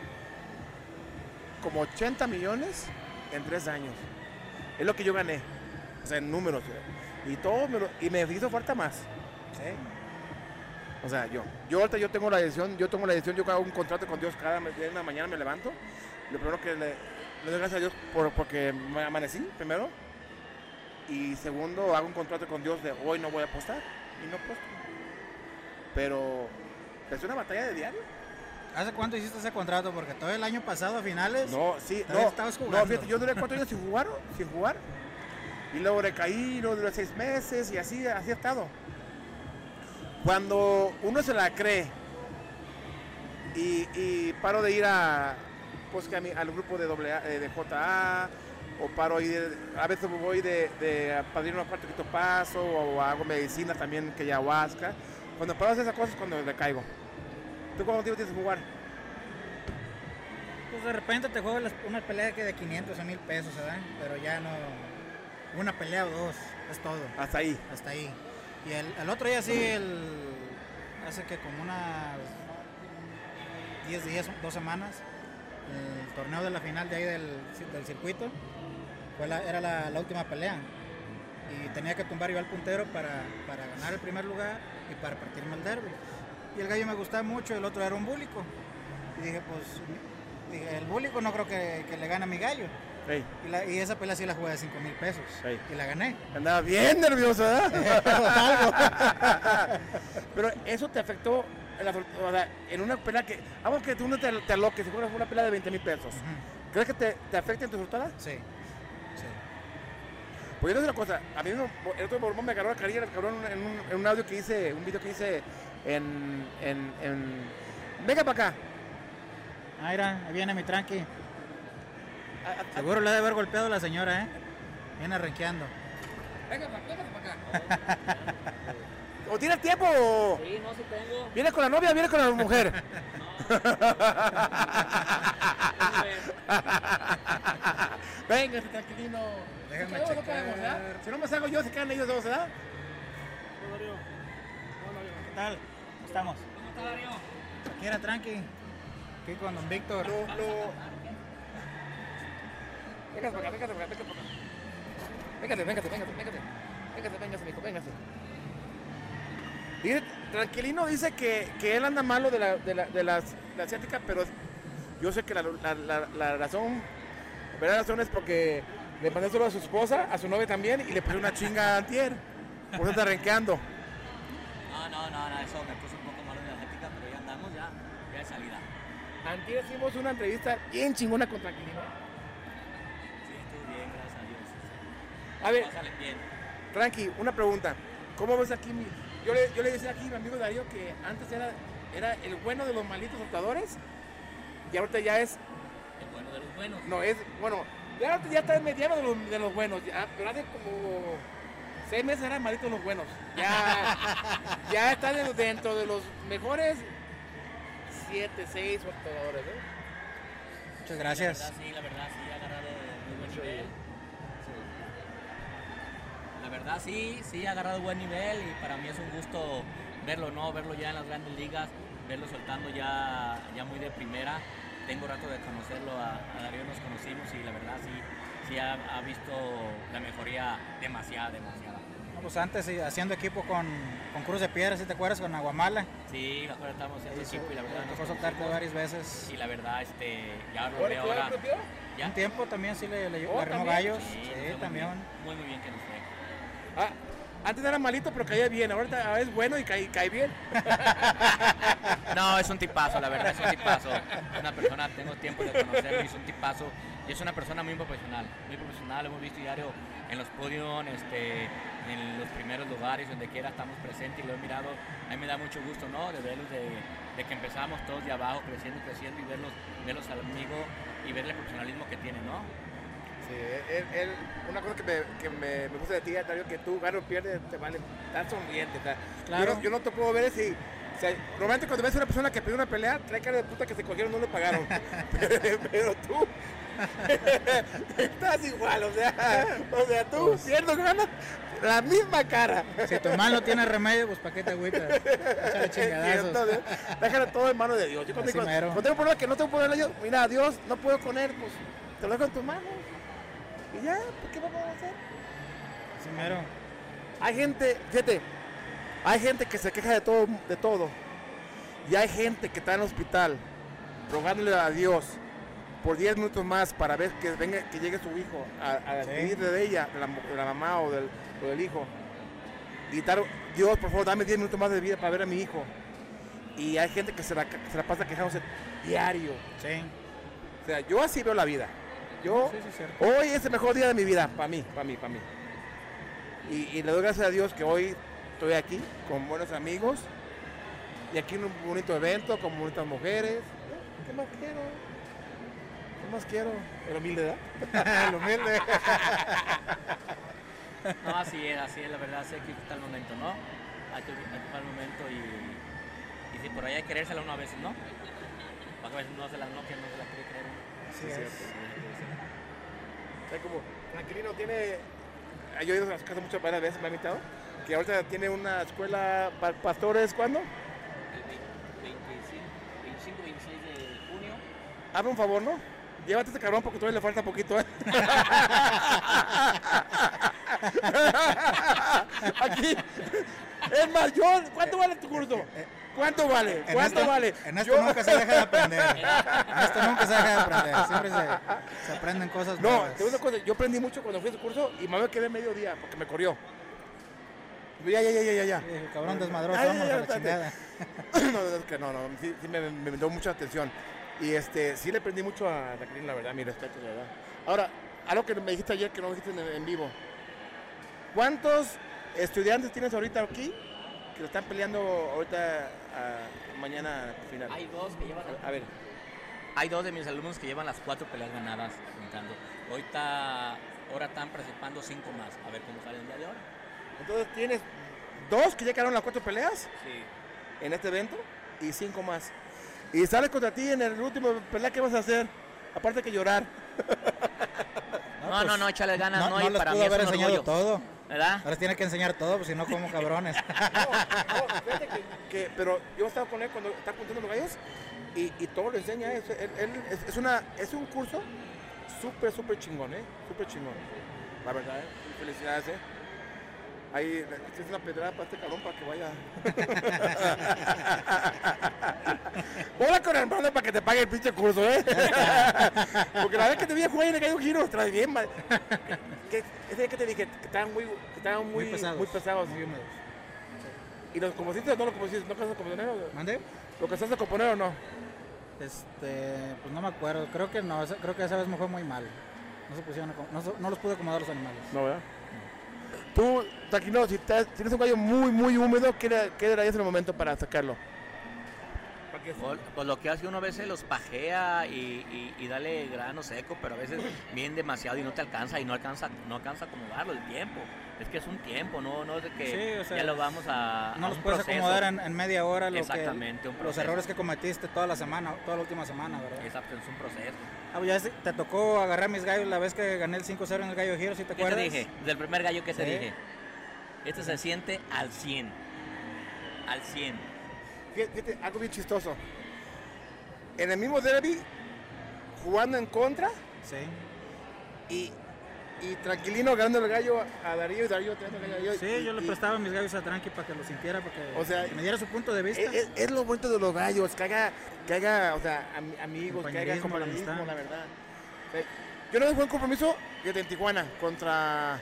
como 80 millones en 3 años. Es lo que yo gané. O sea, en números. Y todo y me hizo falta más. Sí. O sea, yo ahorita yo tomo la decisión, yo hago un contrato con Dios cada mañana me levanto. Lo primero que le doy gracias a Dios porque me amanecí, primero. Y segundo, hago un contrato con Dios de hoy no voy a apostar. Y no apuesto. Pero es una batalla de diario. ¿Hace cuánto hiciste ese contrato? Porque todo el año pasado a finales. No, sí, estabas jugando. No, fíjate, yo duré 4 años sin jugar. Y luego recaí, luego duré 6 meses y así he estado. Cuando uno se la cree y paro de ir al grupo de de JA, o paro ahí, a veces voy de padrino a cuarto quinto paso, o hago medicina también, que ayahuasca. Cuando paro de hacer esas cosas es cuando decaigo. ¿Tú cuánto tiempo tienes que jugar? Pues de repente te juegas una pelea que de 500 a 1000 pesos, ¿verdad? Pero ya no, una pelea o dos, es todo. Hasta ahí. Hasta ahí. Y el otro día sí, hace que como unas 10 días, 2 semanas, el torneo de la final de ahí del circuito, era la última pelea. Y tenía que tumbar yo al puntero para ganar el primer lugar y para partirme el derby. Y el gallo me gustaba mucho, el otro era un búlico. Y dije, el búlico no creo que le gane a mi gallo. Hey. Y esa pelea sí la jugué de 5,000 pesos. Hey. Y la gané. Andaba bien nervioso, ¿verdad? Pero eso te afectó en una pelea que... Vamos que tú no te aloques, si fuera una pelea de 20,000 pesos. ¿Crees que te afecta en tu resultado? Sí. Pues yo te digo una cosa, a mí el otro mormón me agarró la carilla, cabrón, en un audio que hice, un video que hice en venga para acá. Ah, mira, ahí viene mi tranqui. Seguro le ha de haber golpeado a la señora, ¿eh? Viene renqueando. Venga para acá. ¿O tiene tiempo? O... Sí, no, sí tengo. ¿Viene con la novia o viene con la mujer? Venga, tranquilino. Déjame No checar. caemos, ¿verdad? Si no me salgo yo, se quedan ellos dos, ¿verdad? ¿Qué tal? ¿Cómo estamos? ¿Cómo está Darío? Aquí era tranqui. Aquí con don Víctor. Véngase para acá, véngase para acá, véngase, mijo, véngase. Dice, Tranquilino dice que él anda malo de la asiática, pero yo sé que la razón, la verdadera razón es porque le pasé solo a su esposa, a su novia también, y le puse una chinga antier. Por eso está renqueando. No, eso me puso un poco malo de la ética, pero ya andamos, ya de salida. Antier hicimos una entrevista bien chingona con Tranquilino. Sí, estoy bien, gracias a Dios. A ver, Todo sale bien. Tranqui, una pregunta. ¿Cómo ves aquí? Yo le decía aquí a mi amigo Darío que antes era el bueno de los malitos optadores y ahorita ya es, El bueno de los buenos. no es, bueno, ya ahorita ya está en mediano de los buenos, ya, pero hace como 6 meses eran malitos los buenos. Ya está dentro de los mejores 7, 6 optadores, ¿eh? Muchas gracias. La verdad, sí, ha agarrado muy buen nivel. La verdad, sí, ha agarrado buen nivel y para mí es un gusto verlo, ¿no? Verlo ya en las grandes ligas, verlo soltando ya muy de primera. Tengo rato de conocerlo, a Darío nos conocimos y la verdad sí ha visto la mejoría demasiada. No, pues antes haciendo equipo con Cruz de Piedra, ¿sí te acuerdas? Con Aguamala. Sí, me acuerdo, estábamos haciendo equipo y la verdad Tocó soltarte varias veces. y la verdad, ya lo veo ahora. ¿Ya? Un tiempo también sí le arrimó ¿también? gallos. Sí, Sí, también. Muy bien que nos fue. Ah, antes era malito pero caía bien, ahorita es bueno y cae bien. No, es un tipazo, la verdad es un tipazo. Es una persona, tengo tiempo de conocerlo y es un tipazo. Y es una persona muy profesional, lo hemos visto diario en los podios, en los primeros lugares, donde quiera estamos presentes y lo he mirado. A mí me da mucho gusto, ¿no? De verlos, de que empezamos todos de abajo, creciendo y verlos al amigo y ver el profesionalismo que tienen, ¿no? Sí, una cosa que me gusta de ti, Darío, que tú ganas o pierdes, te vale, estás sonriente. O sea, Claro. yo no te puedo ver si... O sea, normalmente cuando ves a una persona que pidió una pelea, trae cara de puta que se cogieron, no le pagaron. pero tú estás igual, o sea, tú Pues, pierdes ganas, la misma cara. Si tu mal no tiene remedio, pues ¿para qué te agüitas? Échale chingadazos. Entonces, déjalo todo en manos de Dios. Yo cuando Así mero. tengo un problema que no tengo poder en ellos, mira, Dios, no puedo con él, pues te lo dejo en tus manos. Y ya, ¿por qué vamos a hacer? Sí, mero. Hay gente, fíjate, hay gente que se queja de todo. Y hay gente que está en el hospital rogándole a Dios por 10 minutos más para ver que llegue su hijo a despedir de ella, de la mamá o del hijo. Y Dios, por favor, dame 10 minutos más de vida para ver a mi hijo. Y hay gente que se la pasa quejándose diario. Sí. O sea, yo así veo la vida. Yo, Sí, cierto. hoy es el mejor día de mi vida, para mí. Y le doy gracias a Dios que hoy estoy aquí con buenos amigos y aquí en un bonito evento con bonitas mujeres. ¿Qué más quiero? El humilde, ¿verdad? El humilde. No, así es, la verdad, sí hay que disfrutar el momento, ¿no? Hay que disfrutar el momento y si por ahí hay que querérsela una vez, ¿no? Porque a veces no se la quiere creer uno. Sí, es es. cierto. O sea, como Tranquilino tiene, yo he ido a su casa muchas veces, me ha invitado, que ahorita tiene una escuela para pastores, ¿cuándo? El 25, 26 de junio. Hazme un favor, ¿no? Llévate este cabrón porque todavía le falta poquito, ¿eh? Aquí. Es más, ¿cuánto vale tu curso? ¿Cuánto vale? En esto nunca se deja de aprender. En esto nunca se deja de aprender. Siempre se aprenden cosas No, nuevas. te digo una cosa, yo aprendí mucho cuando fui a ese curso y me quedé medio día porque me corrió. Ya. Sí, el cabrón desmadroso, Ay, vamos ya, a la espérate. chingada. No, es que no, sí me dio mucha atención. Y sí le aprendí mucho a Jacqueline, la verdad, mi respeto, la verdad. Ahora, algo que me dijiste ayer que no me dijiste en vivo. ¿Cuántos estudiantes tienes ahorita aquí que lo están peleando ahorita mañana final? Hay dos que llevan... A ver. Hay dos de mis alumnos que llevan las 4 peleas ganadas brincando. Ahora están participando 5 más. A ver cómo sale el día de hoy. Entonces tienes 2 que ya ganaron las 4 peleas Sí. en este evento y 5 más. Y sales contra ti en el último pelea, ¿qué vas a hacer? Aparte que llorar. No, échale ganas, no, y les para pudo mí es haber un enseñado orgullo. todo. ¿Verdad? Ahora tiene que enseñar todo, pues si no, como cabrones. No, fíjate pero yo estaba con él cuando está apuntando los gallos y todo lo enseña. Es un curso súper chingón, súper chingón. La verdad, felicidades, Ahí es una pedrada para este cabrón para que vaya. Hola con hermano para que te pague el pinche curso, Porque la vez que te vi a jugar en el gallo giro, trae bien, mal. Ese día que te dije que estaban muy pesados. Muy húmedos. ¿Y los compusiste o no los compusiste? ¿No casas componer o ¿Mande? lo que estás a componer o no? Pues no me acuerdo, creo que no, creo que esa vez me fue muy mal. No se pusieron, no los pude acomodar los animales. No, ¿verdad? Tú, Taquino, si tienes un gallo muy húmedo, ¿qué le darías en el momento para sacarlo? Pues lo que hace uno a veces los pajea y dale grano seco, pero a veces viene demasiado y no te alcanza y no alcanza a acomodarlo el tiempo. Es que es un tiempo, no es de que Sí, o sea, ya lo vamos a no a los un puedes proceso. acomodar en media hora Exactamente, un los proceso. errores que cometiste toda la última semana, ¿verdad? Exacto, es un proceso. Pues ya te tocó agarrar mis gallos la vez que gané el 5-0 en el Gallo Giro, ¿sí te ¿Qué acuerdas? te dije? Del primer gallo que te Sí. dije. Este se siente al 100. Al 100. Fíjate, algo bien chistoso. En el mismo derby, jugando en contra Sí. y tranquilino ganando el gallo a Darío y Darío tirando el gallo. Sí, yo le prestaba mis gallos a Tranqui para que lo sintiera, para que O sea, me diera su punto de vista. Es lo bonito de los gallos, que haga o sea, amigos, que haga Compañerismo, la compañerismo, amistad. la verdad. O sea, yo no me fue un compromiso en Tijuana contra...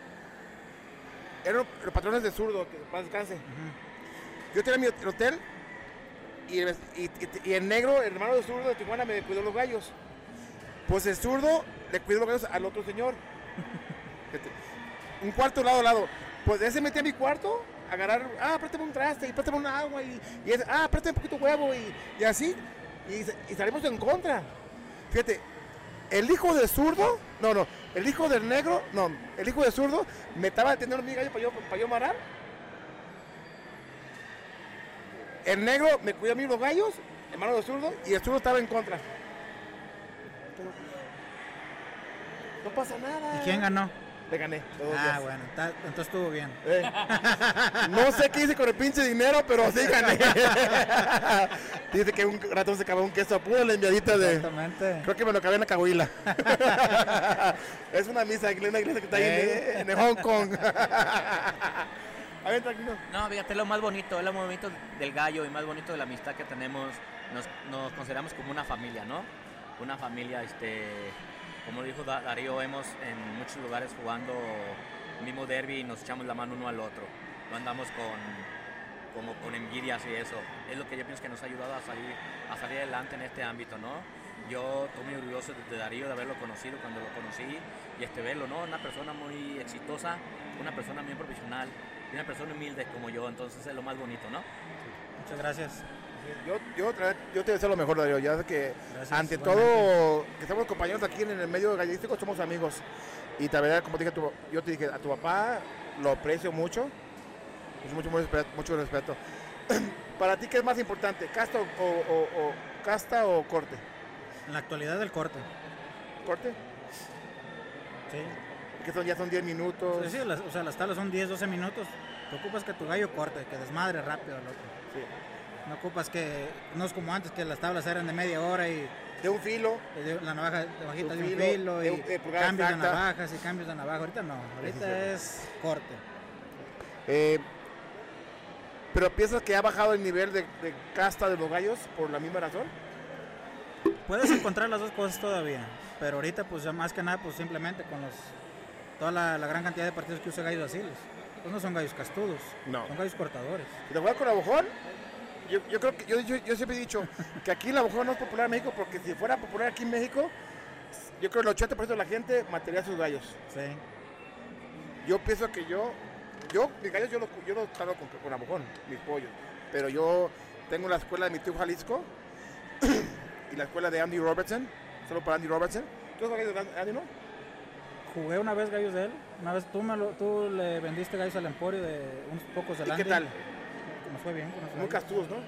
Eran los patrones de Zurdo, que para descanse. Ujú. Yo tenía mi hotel y el negro, el hermano de Zurdo de Tijuana, me cuidó los gallos. Pues el Zurdo le cuidó los gallos al otro señor. Un cuarto lado a lado. Pues él se metía a mi cuarto a agarrar, préstame un traste y préstame un agua y ese, préstame un poquito de huevo y así. Y salimos en contra. Fíjate, el hijo de Zurdo, el hijo del negro, el hijo de Zurdo me estaba deteniendo mi gallo para yo amarrar. El negro me cuidó a mí los gallos, hermano de Zurdo, y el Zurdo estaba en contra. Pero, no pasa nada. ¿Y quién ganó? Le gané. Los 2 días. Bueno, entonces estuvo bien. No sé qué hice con el pinche dinero, pero sí gané. Dice que un ratón se acabó un queso a puro la enviadita de... Exactamente. Creo que me lo acabé en la cahuila. Es una iglesia que está ahí en Hong Kong. A ver, tranquilo. No, fíjate, lo más bonito del gallo y más bonito de la amistad que tenemos. Nos consideramos como una familia, ¿no? Una familia, como dijo Darío, hemos en muchos lugares jugando el mismo derby y nos echamos la mano uno al otro. No andamos con envidias y eso. Es lo que yo pienso que nos ha ayudado a salir adelante en este ámbito, ¿no? Yo estoy muy orgulloso de Darío, de haberlo conocido cuando lo conocí y verlo, ¿no? Una persona muy exitosa, una persona muy profesional y una persona humilde como yo, entonces es lo más bonito, ¿no? Muchas gracias. Yo te deseo lo mejor, Darío. Ya sé que Gracias, ante igualmente. todo, que estamos compañeros aquí en el medio gallístico, somos amigos. Y la verdad, como te dije, yo te dije, a tu papá lo aprecio mucho. Pues mucho respeto. Para ti, ¿qué es más importante? ¿Casta o corte? En la actualidad el corte. ¿Corte? Sí. Que ya son 10 minutos. Sí, las tablas son 10, 12 minutos. Te ocupas que tu gallo corte, que desmadre rápido al otro. Sí. No ocupas no es como antes que las tablas eran de media hora y De un filo. la navaja de bajita Un de un filo, filo de y pulgada cambios de exacta. navajas y cambios de navaja. Ahorita no, ahorita es corte. Pero ¿piensas que ha bajado el nivel de casta de los gallos por la misma razón? Puedes encontrar las dos cosas todavía, pero ahorita pues ya más que nada pues simplemente con toda la gran cantidad de partidos que usa gallos asiles. Pues no son gallos castudos, No. son gallos cortadores. ¿Y te juegas con Navajón? Yo creo que yo siempre he dicho que aquí Navajón no es popular en México, porque si fuera popular aquí en México, yo creo que el 80% de la gente mataría a sus gallos. Sí. Yo pienso que mis gallos yo los cargo con abujón, mis pollos. Pero yo tengo la escuela de mi tío Jalisco y la escuela de Andy Robertson, solo para Andy Robertson. ¿Tú has gallos de Andy, no? Jugué una vez gallos de él. Una vez tú le vendiste gallos al Emporio de unos pocos de ¿Y Andy. qué tal? Nos fue bien con esos Muy gallos. castudos, ¿no?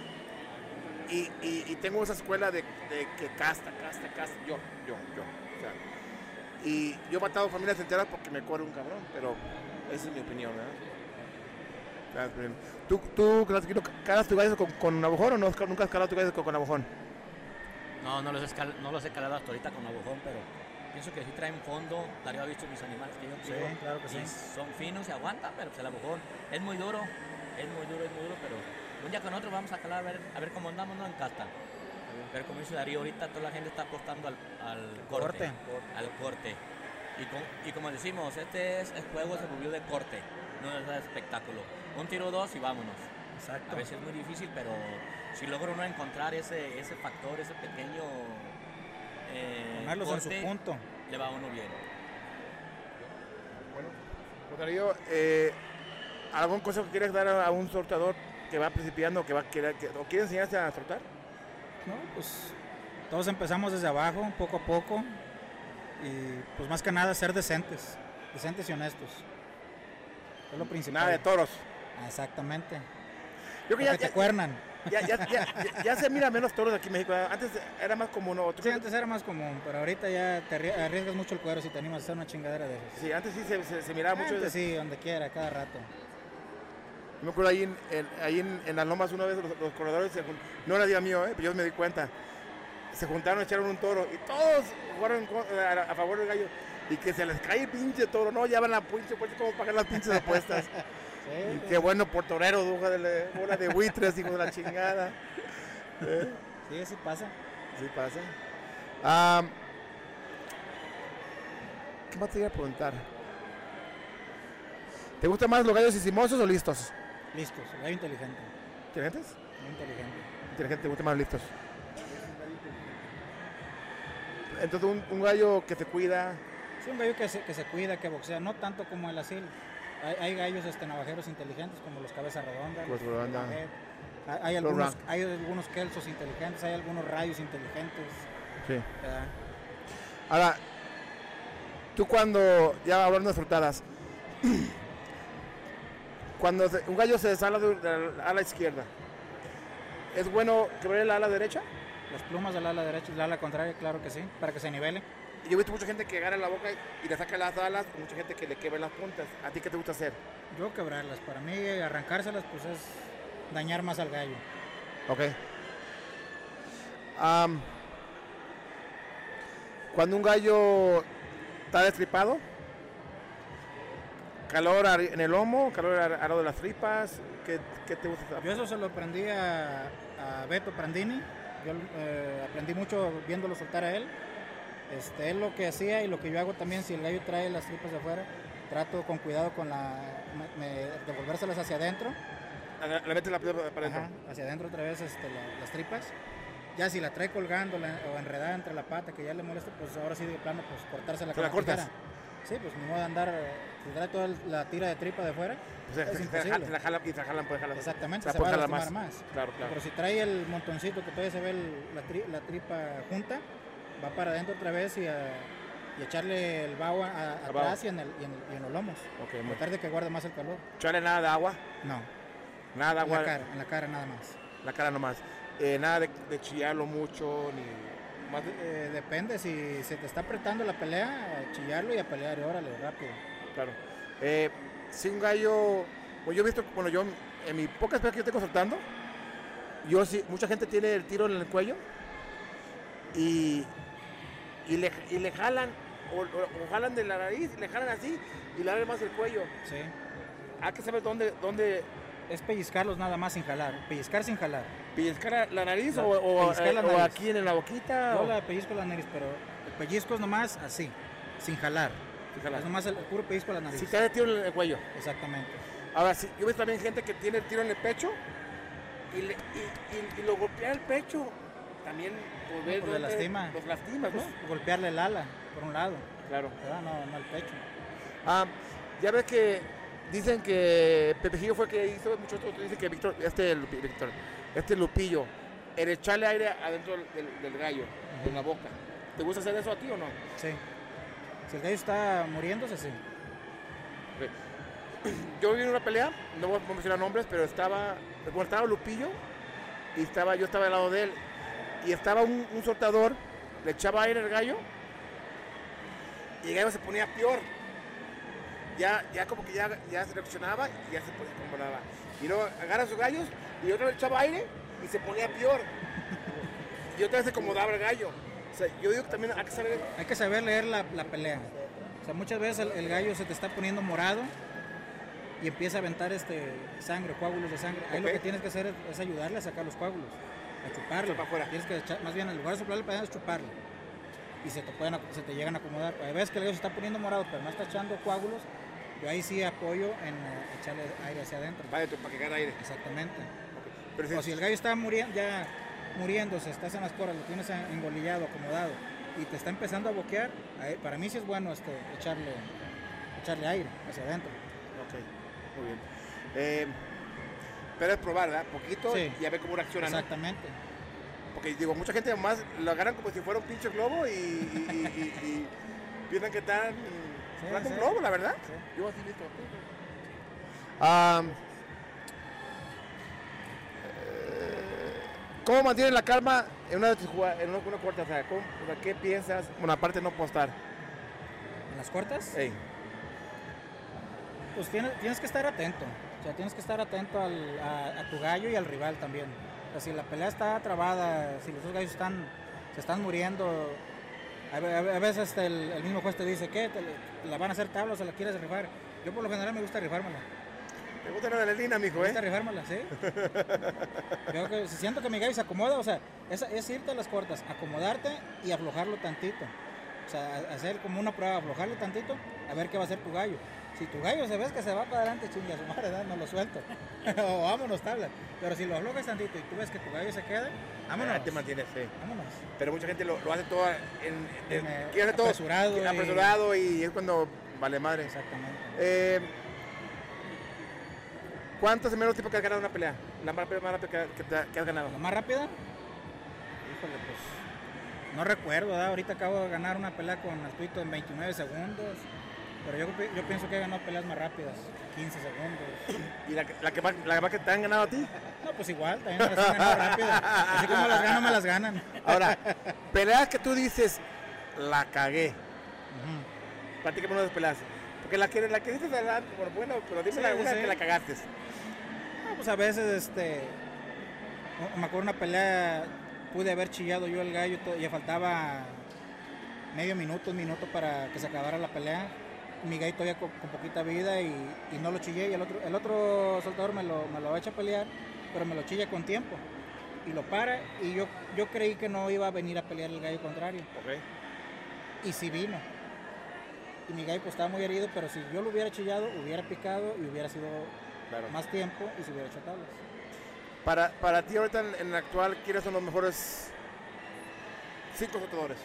Sí. Y tengo esa escuela de que casta. Yo. O sea, y yo he matado familias enteras porque me corre un cabrón, pero esa es mi opinión, ¿verdad? ¿Tú calas tu gallo con abujón o nunca has calado tu gallo con abujón? No los he calado hasta ahorita con abujón, pero pienso que sí traen fondo. Darío ha visto mis animales que yo crío. Sí, claro que sí. Son finos, se aguantan, pero pues el abujón es muy duro, pero un día con otro vamos a calar a ver cómo andamos, ¿no? En casta. Pero como dice Darío, ahorita toda la gente está apostando al corte. Al corte. Y como decimos, el juego se volvió de corte, no es de espectáculo. Un tiro o dos y vámonos. Exacto. A veces es muy difícil, pero si logra uno encontrar ese factor, ese pequeño ponerlos corte, en su punto. le va a uno bien. Bueno, pues Darío, ¿algún consejo que quieres dar a un sorteador que va principiando o quiere enseñarse a soltar? No, pues todos empezamos desde abajo, poco a poco, y pues más que nada ser decentes y honestos. Es lo principal. Nada de toros. Ah, exactamente. Yo que Porque te cuernan. ya se mira menos toros aquí en México. Antes era más común. Sí, antes era más común, pero ahorita ya te arriesgas mucho el cuero si te animas a hacer una chingadera de esas. Sí, antes sí se miraba mucho. Antes sí, donde quiera, cada rato. Me acuerdo ahí en las lomas una vez los corredores, no era día mío, pero yo me di cuenta. Se juntaron, echaron un toro y todos jugaron a favor del gallo. Y que se les cae el pinche toro, no, ya van la pinche puesta, ¿cómo pagar las pinches apuestas? Sí, Y qué bueno por torero, bola de buitres, hijo de la chingada. Sí, así pasa. Sí pasa. ¿Qué más te iba a preguntar? ¿Te gustan más los gallos encimosos o listos? Listos, gallo inteligente. ¿Inteligentes? Muy inteligente. Inteligente, te gustan más listos. Entonces un gallo que se cuida. Sí, un gallo que se cuida, que boxea, no tanto como el asil. Hay gallos navajeros inteligentes como los cabezas redondas. Pues redonda. Hay algunos kelsos inteligentes, hay algunos rayos inteligentes. Sí. ¿Verdad? Ahora, tú cuando, ya hablando de frutadas, cuando un gallo se desala de la ala izquierda, ¿es bueno quebrar la ala derecha? Las plumas del ala derecha y del ala contraria, claro que sí, para que se nivele. Y yo he visto mucha gente que agarra la boca y le saca las alas, y mucha gente que le quebra las puntas. ¿A ti qué te gusta hacer? Yo quebrarlas, para mí arrancárselas pues es dañar más al gallo. Ok. Cuando un gallo está destripado, calor en el lomo, calor al lado de las tripas, ¿qué te gusta hacer? Yo eso se lo aprendí a Beto Prandini. Yo aprendí mucho viéndolo soltar a él. Él lo que hacía y lo que yo hago también, si el gallo trae las tripas de afuera, trato con cuidado devolvérselas hacia adentro. Le metes la pelota para adentro. Ajá, hacia adentro otra vez las tripas. Ya si la trae colgando o enredada entre la pata que ya le molesta, pues ahora sí de plano, pues cortársela con la cortas? tijera. Sí, pues ni modo de andar, si trae toda la tira de tripa de afuera, Pues es imposible. la jalan, puede jalar. Exactamente, la se va a puede jalar lastimar más. Claro. Pero si trae el montoncito que todavía se ve la tripa junta, va para adentro otra vez y echarle el vaho atrás y en los lomos. Okay, Tratar de que guarde más el calor. ¿Echarle nada de agua? No, Nada de agua. en la cara nada más. La cara nomás. Nada de chillarlo mucho, ni más Depende, si se te está apretando la pelea, a chillarlo y a pelear, y órale, rápido. Claro. Si un gallo, pues yo he visto, yo en mi poca experiencia que yo tengo soltando, mucha gente tiene el tiro en el cuello y le jalan, o jalan de la nariz, le jalan así y le abren más el cuello. Sí. Hay que saber dónde Es pellizcarlos nada más sin jalar, pellizcar sin jalar. pellizcar la nariz La- o pellizcar la nariz. aquí en la boquita. Yo la pellizco la nariz, pero el pellizco es nomás así, sin jalar. Fíjala. Es nomás el puro pellizco de la nariz. Si te da el tiro en el cuello. Exactamente. Ahora sí, yo veo también gente que tiene el tiro en el pecho y lo golpea el pecho. También por ver Pues le lastima. Los lastimas, ¿no? Pues, golpearle el ala, por un lado, Claro. ¿verdad? No el pecho. Ya ves que dicen que Pepe Gillo fue el que hizo, muchos otros dicen que Lupillo, el echarle aire adentro del gallo, en la boca. ¿Te gusta hacer eso a ti o no? Sí. Si el gallo está muriéndose, sí. Okay. Yo vi en una pelea, no voy a mencionar nombres, pero estaba Lupillo y yo estaba al lado de él y estaba un soltador, le echaba aire al gallo y el gallo se ponía peor. Ya como que ya se reaccionaba y ya se acomodaba. Y luego agarra a sus gallos y otra vez echaba aire y se ponía peor. Y otra vez se acomodaba el gallo. O sea, yo digo que también hay que saber leer la pelea. O sea, muchas veces el gallo se te está poniendo morado y empieza a aventar sangre, coágulos de sangre. Ahí lo que tienes que hacer es ayudarle a sacar los coágulos, a chuparlo. Tienes que echar, más bien en lugar de soplarle para adentro, chuparlo. Y se te llegan a acomodar. Hay veces que el gallo se está poniendo morado, pero no está echando coágulos. Yo ahí sí apoyo en echarle aire hacia adentro. Para que gane aire. Exactamente. Okay. Pero si el gallo está muriéndose, estás en las coras, lo tienes engolillado, acomodado, y te está empezando a boquear, para mí sí es bueno echarle aire hacia adentro. Ok, muy bien. Pero es probar, ¿verdad? Poquito y a ver cómo reacciona. Exactamente. ¿No? Porque digo, mucha gente más lo agarran como si fuera un pinche globo y piensan que están un globo, la verdad. Sí. Yo así listo. ¿Cómo mantienes la calma en una cuarta? O sea, ¿qué piensas? Bueno, aparte de no postar. ¿En las cuartas? Sí. Pues tienes que estar atento. O sea, tienes que estar atento a tu gallo y al rival también. O sea, si la pelea está trabada, si los dos gallos se están muriendo, a veces el mismo juez te dice, ¿qué? ¿La van a hacer tabla o se la quieres rifar? Yo por lo general me gusta rifármela. ¿Te gusta la adrenalina, mijo, Me gusta rifármela, sí. Yo si siento que mi gallo se acomoda, o sea, es irte a las cortas, acomodarte y aflojarlo tantito. O sea, hacer como una prueba, aflojarlo tantito, a ver qué va a hacer tu gallo. Si tu gallo se ves que se va para adelante, chinga su madre, no lo suelto. O vámonos, tabla. Pero si lo aflojas tantito y tú ves que tu gallo se queda, vámonos. Te mantienes, sí. Vámonos. Pero mucha gente lo hace todo quiere todo apresurado y es cuando vale madre. Exactamente. ¿Cuántos menos tiempo que has ganado una pelea? La más rápida que has ganado. ¿La más rápida? Híjole, pues no recuerdo, ¿verdad? Ahorita acabo de ganar una pelea con Artuito en 29 segundos. Pero yo pienso que he ganado peleas más rápidas, 15 segundos. ¿Y la más que te han ganado a ti? No, pues igual, también me las han ganado rápidas. Así como las gano, me las ganan. Ahora, peleas que tú dices, la cagué. Platícame una de las peleas. Porque la que dices adelante, bueno, pero dime alguna que la cagaste. No, pues a veces, me acuerdo una pelea, pude haber chillado yo el gallo, ya faltaba medio minuto, un minuto para que se acabara la pelea. Mi gallo todavía con poquita vida y no lo chillé, y el otro soltador me lo echa a pelear, pero me lo chilla con tiempo y lo para, y yo creí que no iba a venir a pelear el gallo contrario. Okay. Y sí vino, y mi gallo pues estaba muy herido, pero si yo lo hubiera chillado, hubiera picado y hubiera sido más tiempo y se hubiera hecho tablas. Para ti ahorita en el actual, ¿quiénes son los mejores 5 soltadores?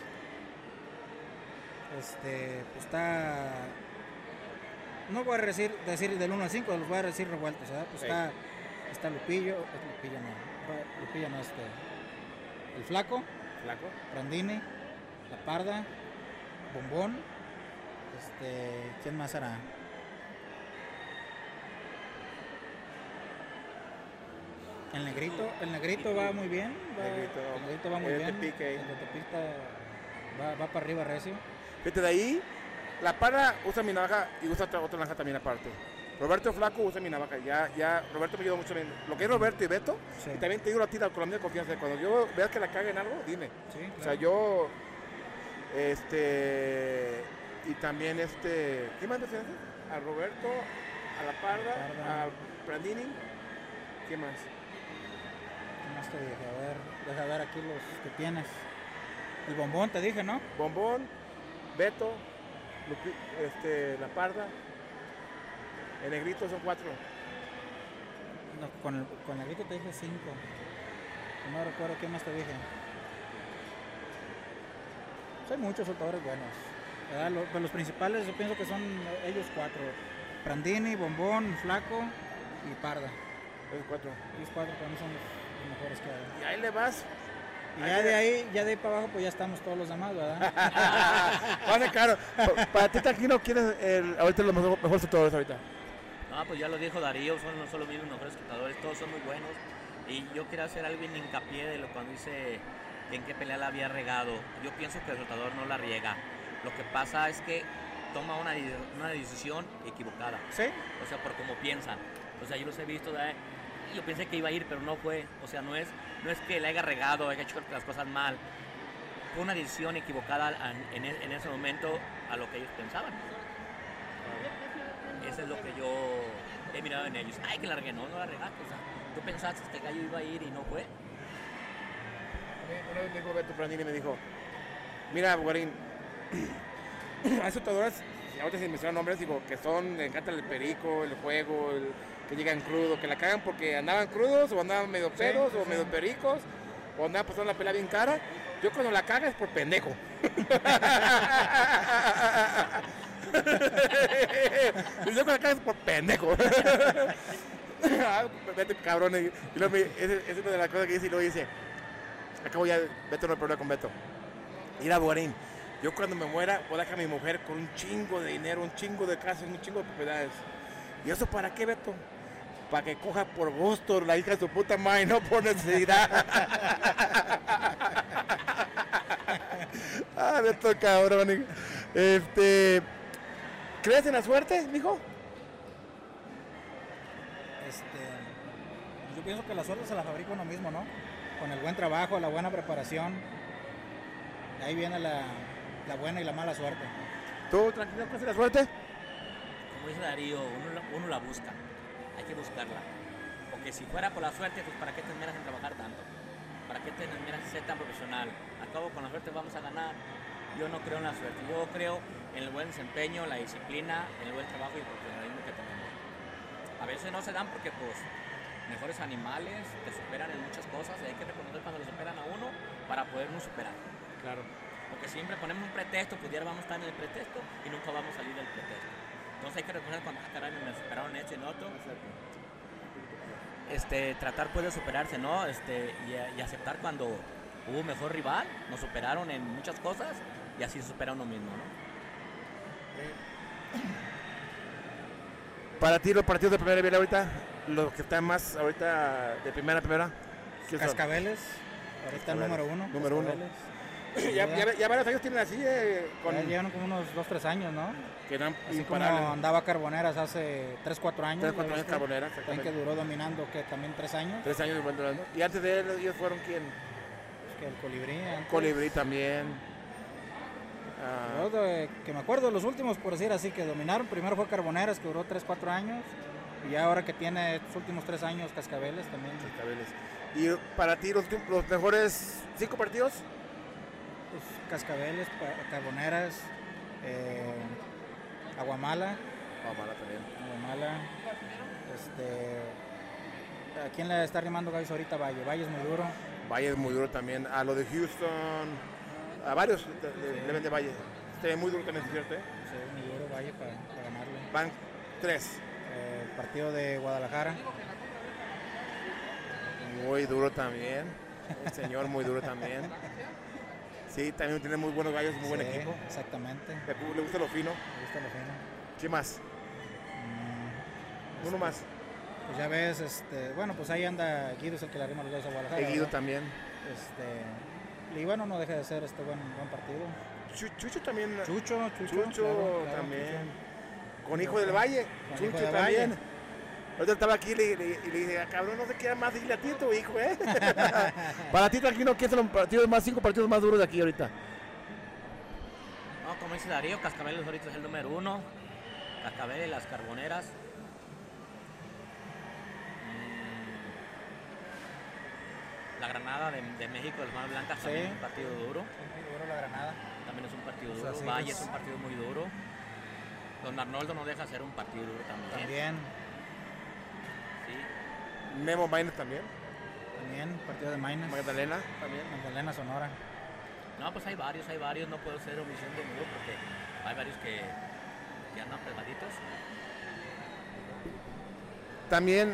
Pues está... No voy a decir del 1 al 5, los voy a decir revueltos, ¿verdad? Pues está Lupillo no, el Flaco, Brandini, La Parda, Bombón, ¿quién más hará? El Negrito va muy bien, el Negrito va muy bien, el de Tepita va para arriba recio. Vete de ahí, La Parda usa mi navaja y usa otra navaja también aparte. Roberto Flaco usa mi navaja, ya Roberto me ayudó mucho bien. Lo que es Roberto y Beto, sí. Y también te digo a ti con la misma confianza, cuando yo veas que la cague en algo, dime. Sí, claro. O sea, yo, y también ¿quién más mencionaste? A Roberto, a La Parda, a Brandini, ¿qué más? ¿Qué más te dije? A ver, deja ver aquí los que tienes. El Bombón te dije, ¿no? Bombón, Beto, La Parda, el Negrito son 4. No, con el Negrito te dije 5. No recuerdo qué más te dije. Hay muchos soltadores buenos, ¿verdad? Los principales yo pienso que son ellos 4. Prandini, Bombón, Flaco y Parda. Esos 4. Los 4 para mí son los mejores que hay. Y ahí le vas. Y ya de ahí para abajo pues ya estamos todos los demás, ¿verdad? Vale, claro. Para ti, Taquino, ¿quién es ahorita los mejores saltadores ahorita? No, pues ya lo dijo Darío, son los mismos mejores saltadores, todos son muy buenos. Y yo quiero hacer algo en hincapié de lo cuando dice en qué pelea la había regado. Yo pienso que el saltador no la riega. Lo que pasa es que toma una decisión equivocada. ¿Sí? O sea, por cómo piensan. O sea, yo los he visto, yo pensé que iba a ir, pero no fue. O sea, no es que le haya regado, haya hecho las cosas mal. Fue una decisión equivocada en ese momento a lo que ellos pensaban. Eso es lo que yo he mirado en ellos. Ay, que la regué, no la regaste. O sea, tú pensaste que este gallo iba a ir y no fue. Una vez me dijo Beto Prandini, me dijo, mira, Guarín, hay saltadores, ahorita sin mencionar nombres, digo, que le encanta el perico, el juego, que llegan crudos, que la cagan porque andaban crudos o andaban medio pedos o medio pericos o andaban pasando la pelea bien cara. Yo cuando la caga es por pendejo. Y yo cuando la caga es por pendejo. Vete, cabrón. Y luego es una de las cosas que dice y luego dice, acabo ya, Beto no hay problema con Beto. Mira, Guarín, yo cuando me muera voy a dejar a mi mujer con un chingo de dinero, un chingo de casas, un chingo de propiedades. ¿Y eso para qué, Beto? Para que coja por gusto la hija de su puta madre, no por necesidad. Beto, cabrón. ¿Crees en la suerte, mijo? Yo pienso que la suerte se la fabrica uno mismo, ¿no? Con el buen trabajo, la buena preparación. De ahí viene la buena y la mala suerte. ¿Tú tranquilo crees en la suerte? Como dice Darío, uno la busca. Hay que buscarla. Porque si fuera por la suerte, pues ¿para qué te esmeras en trabajar tanto? ¿Para qué te esmeras en ser tan profesional? Al cabo, con la suerte vamos a ganar. Yo no creo en la suerte. Yo creo en el buen desempeño, la disciplina, en el buen trabajo y el profesionalismo que tenemos. A veces no se dan porque, pues, mejores animales te superan en muchas cosas y hay que reconocer cuando lo superan a uno para podernos superar. Claro. Porque siempre ponemos un pretexto, pues ya vamos a estar en el pretexto y nunca vamos a salir del pretexto. Entonces hay que reconocer cuando, caray, me superaron esto y en otro. Tratar pues de superarse, ¿no? Y aceptar cuando hubo mejor rival, nos superaron en muchas cosas y así se supera uno mismo, ¿no? Para ti los partidos de primera división ahorita, los que están más ahorita de primera a primera, ¿qué son? Cascabeles, ahorita el número uno. Número uno. Ya varios años tienen así llevan como unos 2-3 años, ¿no? que eran Así imparables. como andaba Carboneras hace 3-4 años. 3-4 años Carboneras, También exactamente. que duró dominando, que también 3 años. 3 años de buen durando. Y antes de él, ellos fueron quién? Que el Colibrí. Antes. Colibrí también. Yo que me acuerdo, los últimos, por decir así, que dominaron. Primero fue Carboneras, que duró 3-4 años. Y ya ahora que tiene estos últimos 3 años, Cascabeles también. Cascabeles. Y para ti, los mejores 5 partidos. Pues, Cascabeles, Carboneras, Aguamala. Mala también. Aguamala. ¿A quién le está rimando gallos ahorita? Valle es muy duro. Valle es muy duro también. A lo de Houston. A varios le vende Valle. Muy duro también, ¿cierto? Sí, muy duro Valle para ganarle. Van 3. El partido de Guadalajara. Muy duro también. El señor muy duro también. Sí, también tiene muy buenos gallos, muy buen equipo. Exactamente. Le gusta lo fino. Me gusta lo fino. ¿Qué más? Uno más. Pues ya ves, bueno, pues ahí anda Guido, es el que le arrima los gallos a Guadalajara. Guido ¿verdad? también. Y bueno, no deja de ser buen partido. Chucho también. Chucho Claro, también. Chucho. Con Hijo del Valle. Con Chucho Hijo del también. Valle. Ahorita estaba aquí y le dije, cabrón, no se queda más, dile a ti tu hijo, ¿eh? Para ti, tranquilo, ¿quiénes son los 5 partidos más duros de aquí ahorita? No, como dice Darío, Cascabeles ahorita es el número 1. Cascabeles, las Carboneras. La Granada de México, de las Manos Blancas, también es un partido duro. Duro la Granada. También es un partido Pues duro. así, Valle pues. es un partido muy duro. Don Arnoldo no deja hacer un partido duro también. También, Sí. Memo Maines también. partido de Mainas. Magdalena también. Magdalena, Sonora. No, pues hay varios. No puedo ser omisión de nuevo porque hay varios que andan pegaditos. También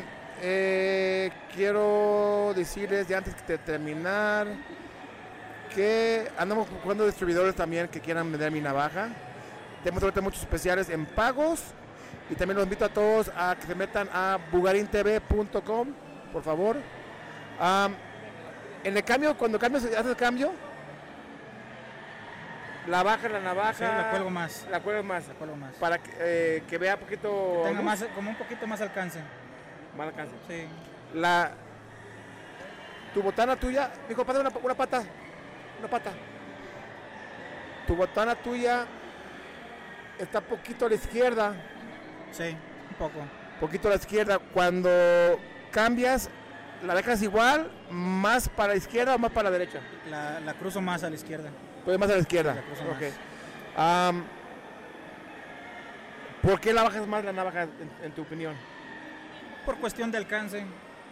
quiero decirles, ya antes de terminar, que andamos buscando distribuidores también que quieran vender mi navaja. Tenemos ahorita muchos especiales en pagos. Y también los invito a todos a que se metan a bugarintv.com, por favor. En el cambio, cuando haces el cambio, la bajas la navaja. Sí, la cuelgo más. La cuelgas más. La cuelgo más. Para que vea poquito. Que tenga más, como un poquito más alcance. Más alcance. Sí. Tu botana tuya, dijo, pasa una pata. Una pata. Tu botana tuya está poquito a la izquierda. Sí, un poco. Poquito a la izquierda. Cuando cambias, ¿la dejas igual, más para la izquierda o más para la derecha? La cruzo más a la izquierda. Pues más a la izquierda. La cruzo Okay. más. ¿Por qué la bajas más la navaja en tu opinión? Por cuestión de alcance.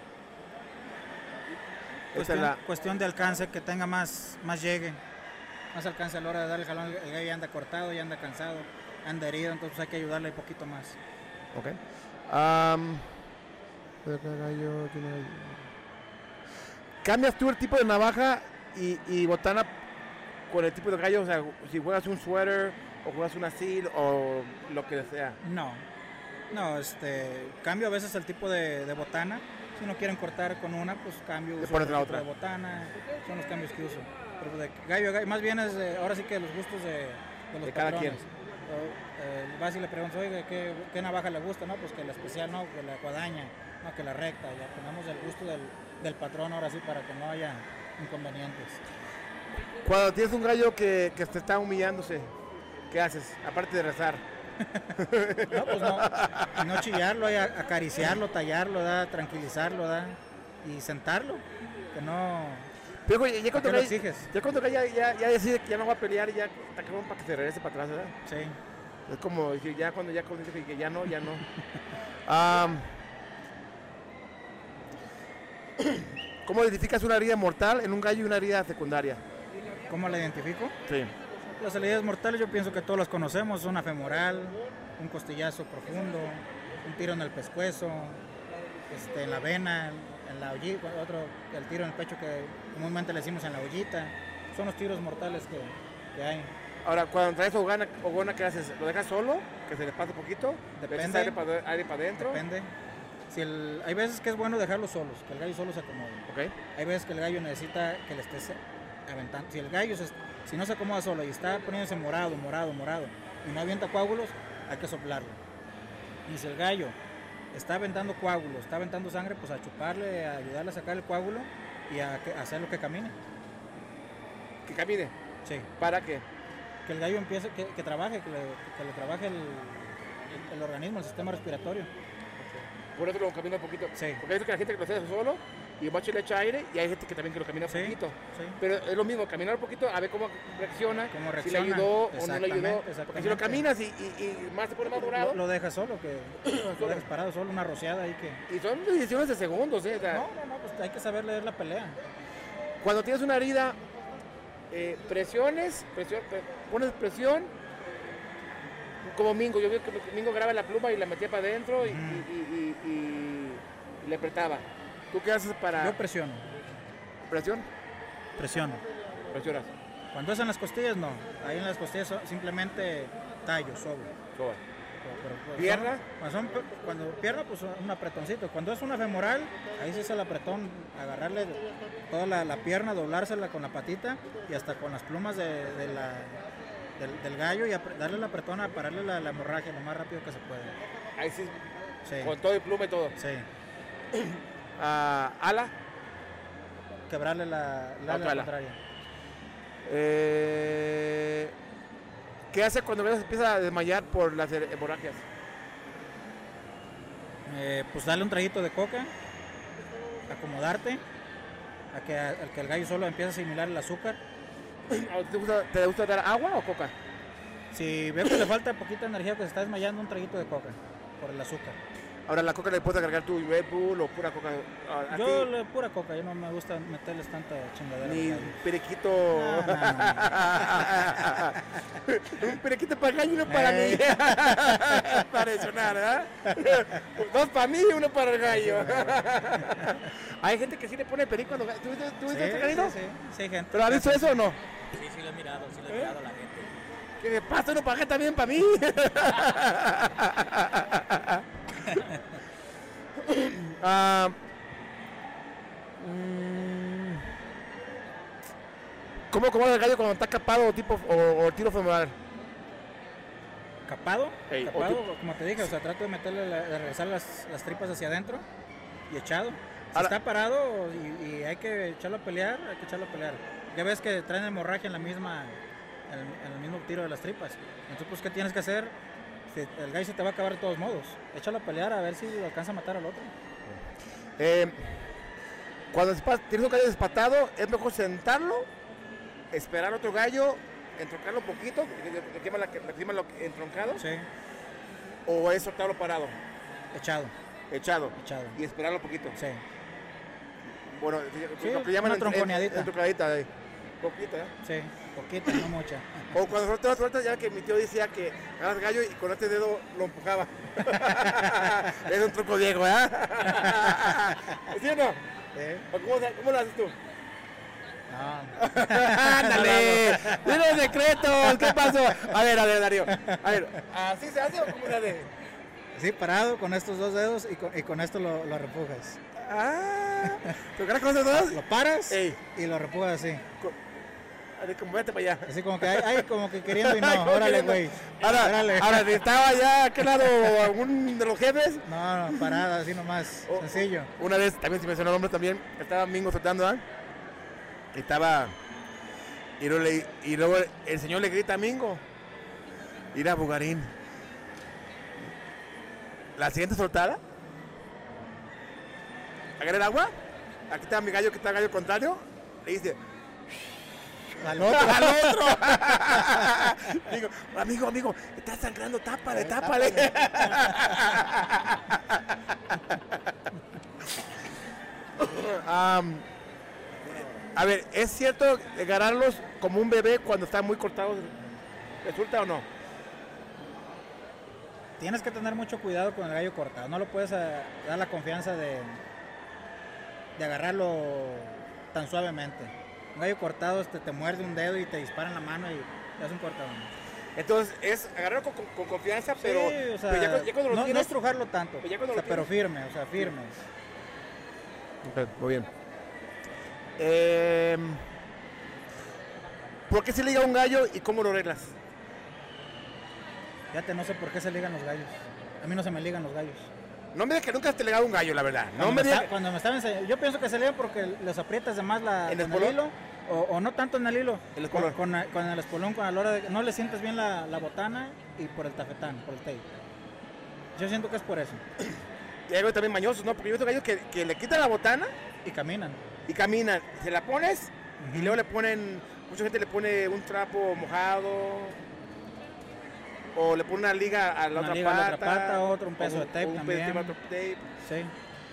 Cuestión de alcance, que tenga más llegue. Más alcance a la hora de darle el jalón. El gallo ya anda cortado, ya anda cansado, anda herido, entonces hay que ayudarle un poquito más. Ok. ¿Cambias tú el tipo de navaja y botana con el tipo de gallo? O sea, si juegas un suéter o juegas una seal o lo que sea. No, cambio a veces el tipo de botana. Si no quieren cortar con una, pues cambio Le pones la otro otra. de botana. Son los cambios que uso. Pero de gallo a gallo, más bien es ahora sí que los gustos de los De cada patrones. quien. Vas y le preguntas, oiga, ¿qué navaja le gusta? No, pues que la especial, no, que la guadaña, no, que la recta. Ya ponemos el gusto del patrón ahora sí para que no haya inconvenientes. Cuando tienes un gallo que te está humillándose, ¿qué haces? Aparte de rezar. No, pues no chillarlo, acariciarlo, tallarlo, tranquilizarlo, y sentarlo, que no. Pero ya cuando lo el exiges? ya cuando el gallo ya decide que ya no va a pelear y ya está cabrón para que se regrese para atrás, ¿verdad? Sí. Es como decir, ya cuando dice que ya no. ¿Cómo identificas una herida mortal en un gallo y una herida secundaria? ¿Cómo la identifico? Sí. Las heridas mortales yo pienso que todos las conocemos, una femoral, un costillazo profundo, un tiro en el pescuezo, en la vena, en la ollita, el tiro en el pecho que comúnmente le decimos en la ollita. Son los tiros mortales que hay. Ahora, cuando traes ogona, ¿qué haces? ¿Lo dejas solo? ¿Que se le pase poquito? Depende. ¿Aire para adentro? Depende. Hay veces que es bueno dejarlos solos, que el gallo solo se acomode. Ok. Hay veces que el gallo necesita que le estés aventando. Si el gallo si no se acomoda solo y está poniéndose morado y no avienta coágulos, hay que soplarlo. Y si el gallo está aventando coágulos, está aventando sangre, pues a chuparle, a ayudarle a sacar el coágulo y a hacerlo que camine. ¿Que camine? Sí. ¿Para qué? Que el gallo empiece, que trabaje, que le trabaje el organismo, el sistema respiratorio. Por eso lo camina un poquito. Sí. Porque hay que la gente que lo hace solo y el macho le echa aire y hay gente que también que lo camina un Sí, poquito. sí. Pero es lo mismo, caminar un poquito a ver cómo reacciona, Cómo si reacciona. le ayudó o no le Exactamente, ayudó. Porque si lo exactamente. caminas y más se pone más dorado. Lo dejas solo, lo dejas parado solo, una rociada ahí que. Y son decisiones de segundos, ¿eh? O sea, No, pues hay que saber leer la pelea. Cuando tienes una herida, pones presión, como Mingo. Yo vi que Mingo graba la pluma y la metía para adentro y le apretaba. ¿Tú qué haces para Yo presiono. presión? Presiono. Presionas. Cuando es en las costillas, no. Ahí en las costillas simplemente tallo, sobre. Pero, ¿Pierna? Cuando pierna, pues un apretoncito. Cuando es una femoral, ahí sí es el apretón, agarrarle toda la pierna, doblársela con la patita y hasta con las plumas del gallo y darle el apretón a pararle la hemorragia lo más rápido que se puede. Ahí sí, Sí. con todo y pluma y todo. Sí. Ala. Quebrarle la otra ala. contraria. ¿Qué hace cuando se empieza a desmayar por las hemorragias? Pues darle un traguito de coca, acomodarte, a que el gallo solo empiece a asimilar el azúcar. ¿Te gusta dar agua o coca? Si veo que le falta poquita energía, que se está desmayando, un traguito de coca por el azúcar. Ahora, ¿la coca le puedes agregar tu Red Bull o pura coca? Pura coca, yo no me gusta meterles tanta chingadera. Ni al gallo. periquito. No. Un periquito para el gallo y uno para mí. Para sonar, ¿verdad? 2 para mí y 1 para el gallo. Hay gente que sí le pone perico a los gallos. ¿Tú viste este gallo? Sí, gente. ¿Pero has visto eso o no? Sí, lo he mirado, sí lo he mirado a la gente. Que me pasa uno para acá también para mí. ¿Cómo acomoda el gallo cuando está capado o tiro femoral? ¿Capado? Ey, Capado, como te dije, o sea, trato de meterle, de regresar las tripas hacia adentro y echado. Si Ahora, está parado y hay que echarlo a pelear, hay que echarlo a pelear. Ya ves que traen hemorragia en el mismo tiro de las tripas. Entonces, pues, ¿qué tienes que hacer? El gallo se te va a acabar de todos modos. Échalo a pelear a ver si lo alcanza a matar al otro. Cuando tienes un gallo despatado, es mejor sentarlo, esperar otro gallo, entroncarlo un poquito, le quema lo entroncado, Sí, o es soltarlo parado, echado. echado, Echado. y esperarlo un poquito. Sí. Bueno, Sí, lo que llaman una tronconeadita. entroncadita, poquito, ¿eh? Sí, poquito, no mucha. O cuando sueltas, ya que mi tío decía que agarras gallo y con este dedo lo empujaba. Es un truco viejo, ¿eh? ¿Sí o no? ¿O ¿Cómo lo haces tú? ¡Ándale! ¡Dile los secretos! ¿Qué pasó? A ver, Darío. A ver, ¿así se hace o cómo se hace? Sí, parado con estos 2 dedos y con esto lo repujas. ¿Tú crees con esos dos? Lo paras Ey. y lo repujas así. A ver, como vete para allá. Así como que hay como que queriendo y no. Órale, güey. Ahora, si estaba allá, ¿a qué lado? ¿Algún de los jefes? No, parada, así nomás. Sencillo. Una vez, también se mencionó el nombre también, estaba Mingo soltando, ¿ah? Estaba. Y luego el señor le grita a Mingo. Ir a Bugarín. La siguiente soltada. Agarra el agua. Aquí está mi gallo, que está el gallo contrario. Le dice. Al otro. Al otro. Digo, amigo, está sangrando, tápale. A ver, ¿es cierto agarrarlos como un bebé cuando están muy cortados? ¿Resulta o no? Tienes que tener mucho cuidado con el gallo cortado. No lo puedes dar la confianza de agarrarlo tan suavemente. Un gallo cortado te muerde un dedo y te dispara en la mano y te hace un cortadón. Entonces, es agarrarlo con confianza, pero, sí, o sea, pero ya cuando lo no tienes, estrujarlo tanto, pero ya cuando lo pero tienes. firme, o sea, firme. Okay, muy bien. ¿Por qué se liga un gallo y cómo lo arreglas? Fíjate, no sé por qué se ligan los gallos. A mí no se me ligan los gallos. No me digas que nunca has ligado un gallo, la verdad. No me digas. Cuando me estaba enseñando, yo pienso que se ligan porque los aprietas de más ¿En el con el espolón? hilo, o no tanto en el hilo. ¿El espolón? Con el espolón, a la hora de no le sientes bien la botana y por el tafetán, por el tape. Yo siento que es por eso. Y hay algo también mañosos, ¿no? Porque yo he visto gallos que le quitan la botana Y caminan. y caminan. Se la pones y luego le ponen, mucha gente le pone un trapo mojado o le pone una liga a la otra pata. Otro, un peso de tape un también. peso de tape. Sí.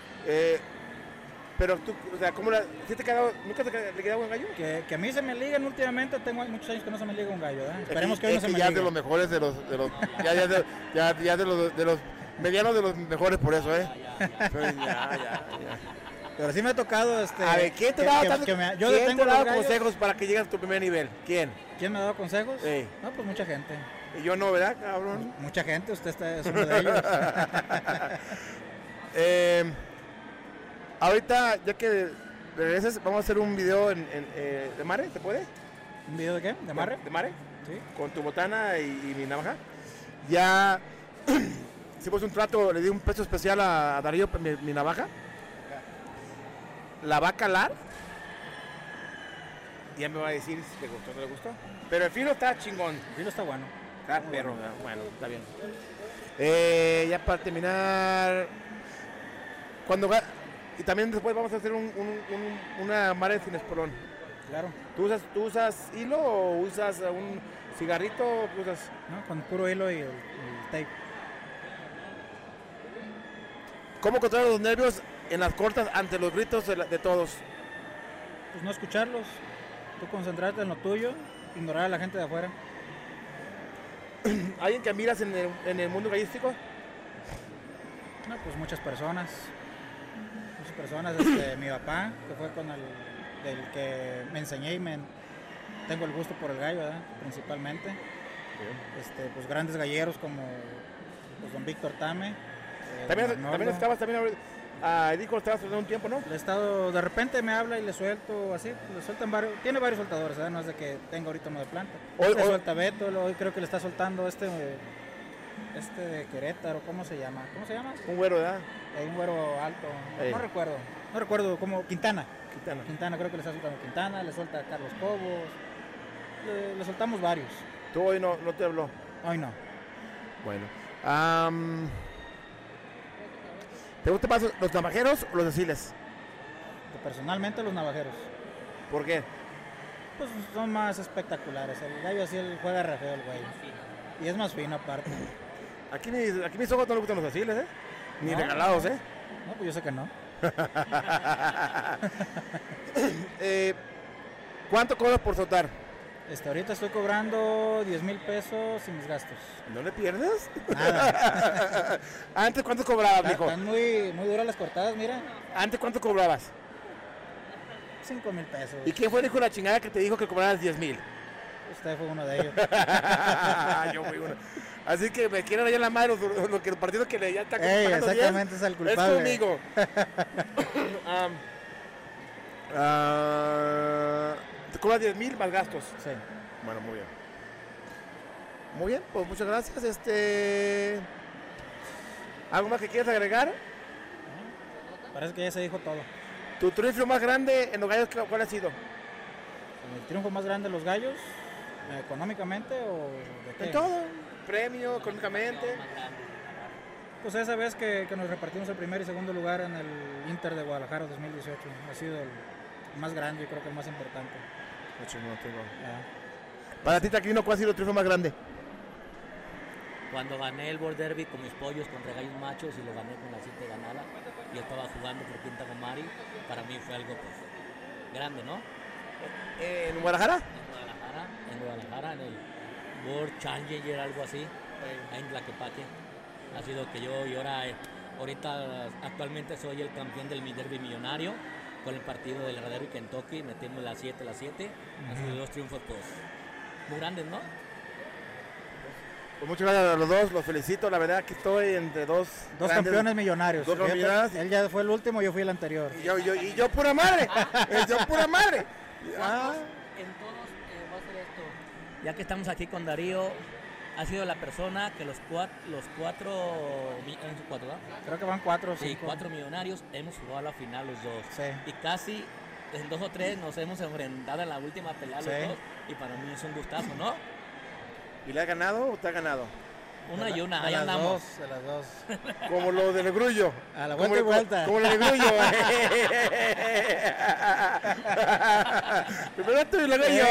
Pero tú, o sea, ¿cómo ¿sí te nunca te le quedaba un gallo? Que a mí se me ligan últimamente, tengo muchos años que no se me liga un gallo, ¿verdad? Esperemos que hoy no se me ya ligue. de los mejores de los ya de los medianos de los mejores por eso, ya. Pero sí me ha tocado A ver, ¿quién te ha dado ¿quién te ha dado consejos para que llegues a tu primer nivel? ¿Quién? ¿Quién me ha dado consejos? Sí. No, pues mucha gente. Y yo no, ¿verdad, cabrón? Mucha gente, usted es uno de ellos. Ahorita, ya que regreses, vamos a hacer un video de Mare, ¿se puede? ¿Un video de qué? ¿De Mare? ¿De Mare? Sí. Con tu botana y mi navaja. Ya hicimos un trato, le di un precio especial a Darío, mi navaja. La va a calar. Y ya me va a decir si le gustó o no le gustó. Pero el filo está chingón. El filo está bueno. Está perro, bueno, está bien. Ya para terminar. Y también después vamos a hacer una Mare sin espolón. Claro. ¿Tú usas hilo o usas un cigarrito? ¿Qué usas? No, con puro hilo y el tape. ¿Cómo controlar los nervios en las cortas ante los gritos de todos? Pues no escucharlos. Tú concentrarte en lo tuyo, ignorar a la gente de afuera. ¿Alguien que admiras en el mundo gallístico? No, pues muchas personas. Mi papá, que fue con el que me enseñé y tengo el gusto por el gallo, ¿verdad? Principalmente. Pues grandes galleros como pues, don Víctor Tame. También estabas a Edico, estabas soltando un tiempo, ¿no? Le he estado, de repente me habla y le suelto así, le sueltan varios, tiene varios soltadores, ¿verdad? No es de que tenga ahorita uno de planta. Hoy suelta Beto, hoy creo que le está soltando este de Querétaro, ¿cómo se llama? Un güero, ¿verdad? Hay un güero alto, no recuerdo, como Quintana, creo que le está soltando Quintana, le suelta a Carlos Cobos, le soltamos varios. ¿Tú hoy no te habló? Hoy no. Bueno. ¿Te gustan más los navajeros o los deciles? Personalmente los navajeros. ¿Por qué? Pues son más espectaculares, el gallo así juega re feo el güey. Y es más fino aparte. Aquí mis ojos no les gustan los deciles, ¿eh? Ni No, regalados, no. ¿eh? No, pues yo sé que no. ¿Cuánto cobras por soltar? Ahorita estoy cobrando 10,000 pesos sin mis gastos. ¿No le pierdes? Nada. ¿Antes cuánto cobrabas, mijo? Están muy duras las cortadas, mira. ¿Antes cuánto cobrabas? 5,000 pesos. ¿Y quién fue el hijo de la chingada que te dijo que cobraras 10,000? Usted fue uno de ellos. Yo fui uno. Así que me quieren rayar la madre los partidos que le ya está pagando exactamente, 10. es el culpable. Es conmigo. Te cobras 10,000 más gastos. Sí. Bueno, muy bien. Muy bien, pues muchas gracias. ¿Algo más que quieras agregar? Parece que ya se dijo todo. ¿Tu triunfo más grande en los gallos cuál ha sido? ¿El triunfo más grande de los gallos? ¿Económicamente o de qué? En todo. Premio, económicamente. Pues esa vez que nos repartimos el primer y segundo lugar en el Inter de Guadalajara 2018. Ha sido el más grande y creo que el más importante. Para ti, Taquino, ¿cuál ha sido el triunfo más grande? Cuando gané el World Derby con mis pollos contra gallos machos y lo gané con la 7 ganada, y estaba jugando por Quinta Comari, para mí fue algo pues, grande, ¿no? ¿En Guadalajara? En Guadalajara, en el World Challenger, algo así, en Tlaquepaque. Ha sido que yo y ahorita actualmente soy el campeón del Derby millonario con el partido del Herradero y Kentucky, metimos la 7. Han sido 2 triunfos pues muy grandes, ¿no? Pues muchas gracias a los dos, los felicito, la verdad que estoy entre dos campeones millonarios. Dos campeones. Él ya fue el último, yo fui el anterior. Y yo pura madre, yo pura madre. En todos va a ser esto. Ya que estamos aquí con Darío, ha sido la persona que los cuatro, ¿verdad? Creo que van 4 o 5. Sí, 4 millonarios, hemos jugado a la final los dos. Sí. Y casi en 2 o 3 nos hemos enfrentado en la última pelea los dos. Y para mí es un gustazo, ¿no? ¿Y le has ganado o te ha ganado? Una y una, de ahí las andamos. De las dos. Como lo del grullo. A la vuelta y vuelta. Como lo del grullo. Primero tú y luego yo.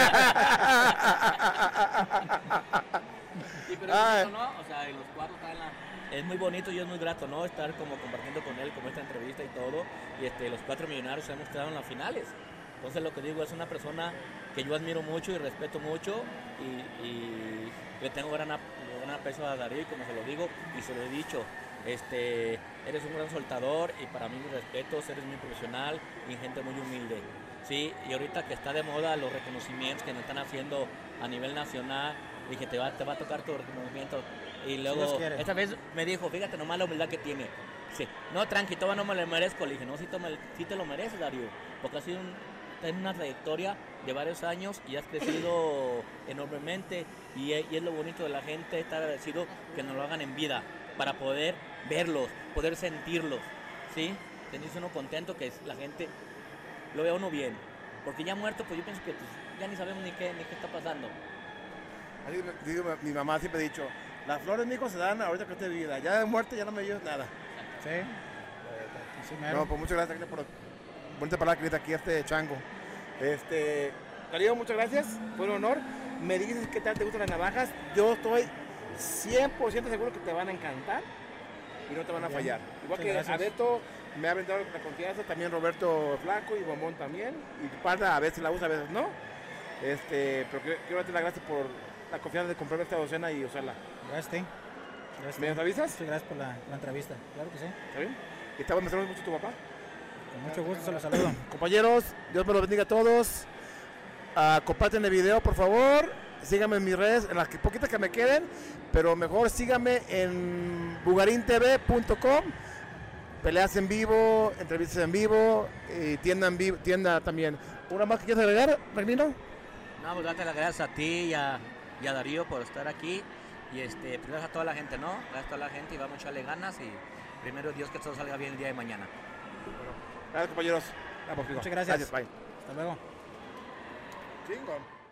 Sí, pero es bonito, ¿no? O sea, los 4 están en la... Es muy bonito y es muy grato, ¿no? Estar como compartiendo con él, como esta entrevista y todo. Y los 4 millonarios hemos quedado en las finales. Entonces lo que digo es una persona que yo admiro mucho y respeto mucho y le tengo gran aprecio a Darío, como se lo digo y se lo he dicho. Eres un gran soltador y para mí mis respetos, eres muy profesional y gente muy humilde. Sí, y ahorita que está de moda los reconocimientos que nos están haciendo a nivel nacional, dije, te va a tocar tu reconocimiento. Y luego, esta vez me dijo, fíjate nomás la humildad que tiene. Sí, no, tranqui, todavía no me lo merezco. Le dije, no, sí te lo mereces, Darío, porque ha sido una trayectoria de varios años y has crecido enormemente y es lo bonito de la gente, estar agradecido que nos lo hagan en vida para poder verlos, poder sentirlos, ¿sí? Sentirse uno contento que la gente lo vea uno bien, porque ya muerto pues yo pienso que pues, ya ni sabemos ni qué está pasando. Así digo, mi mamá siempre ha dicho, las flores, mijo, se dan ahorita que esté vida, ya de muerte ya no me dio nada. Sí. No, pues muchas gracias por bonita palabra que aquí chango. Darío, muchas gracias, fue un honor. Me dices qué tal te gustan las navajas. Yo estoy 100% seguro que te van a encantar y no te van a fallar. Igual que gracias. a Beto me ha brindado la confianza, también Roberto Flaco y Bombón también. Y Parda a veces la usa, a veces no. Pero quiero darte las gracias por la confianza de comprarme esta docena y usarla. Gracias, Tim. ¿Me avisas? Sí, gracias por la entrevista. Claro que sí. ¿Está bien? ¿Y te va a mostrar mucho tu papá? Con mucho gusto, se los saludo. Compañeros, Dios me los bendiga a todos. Comparten el video, por favor. Síganme en mis redes, en las poquitas que me queden. Pero mejor síganme en bugarintv.com. Peleas en vivo, entrevistas en vivo, y tienda también. ¿Una más que quieres agregar, Regnino? No, pues darte las gracias a ti y a Darío por estar aquí. Y pues gracias a toda la gente, ¿no? Gracias a toda la gente y vamos a echarle ganas. Y primero Dios que todo salga bien el día de mañana. Bueno, gracias, compañeros. Muchas gracias. Bye. Hasta luego. Chingón.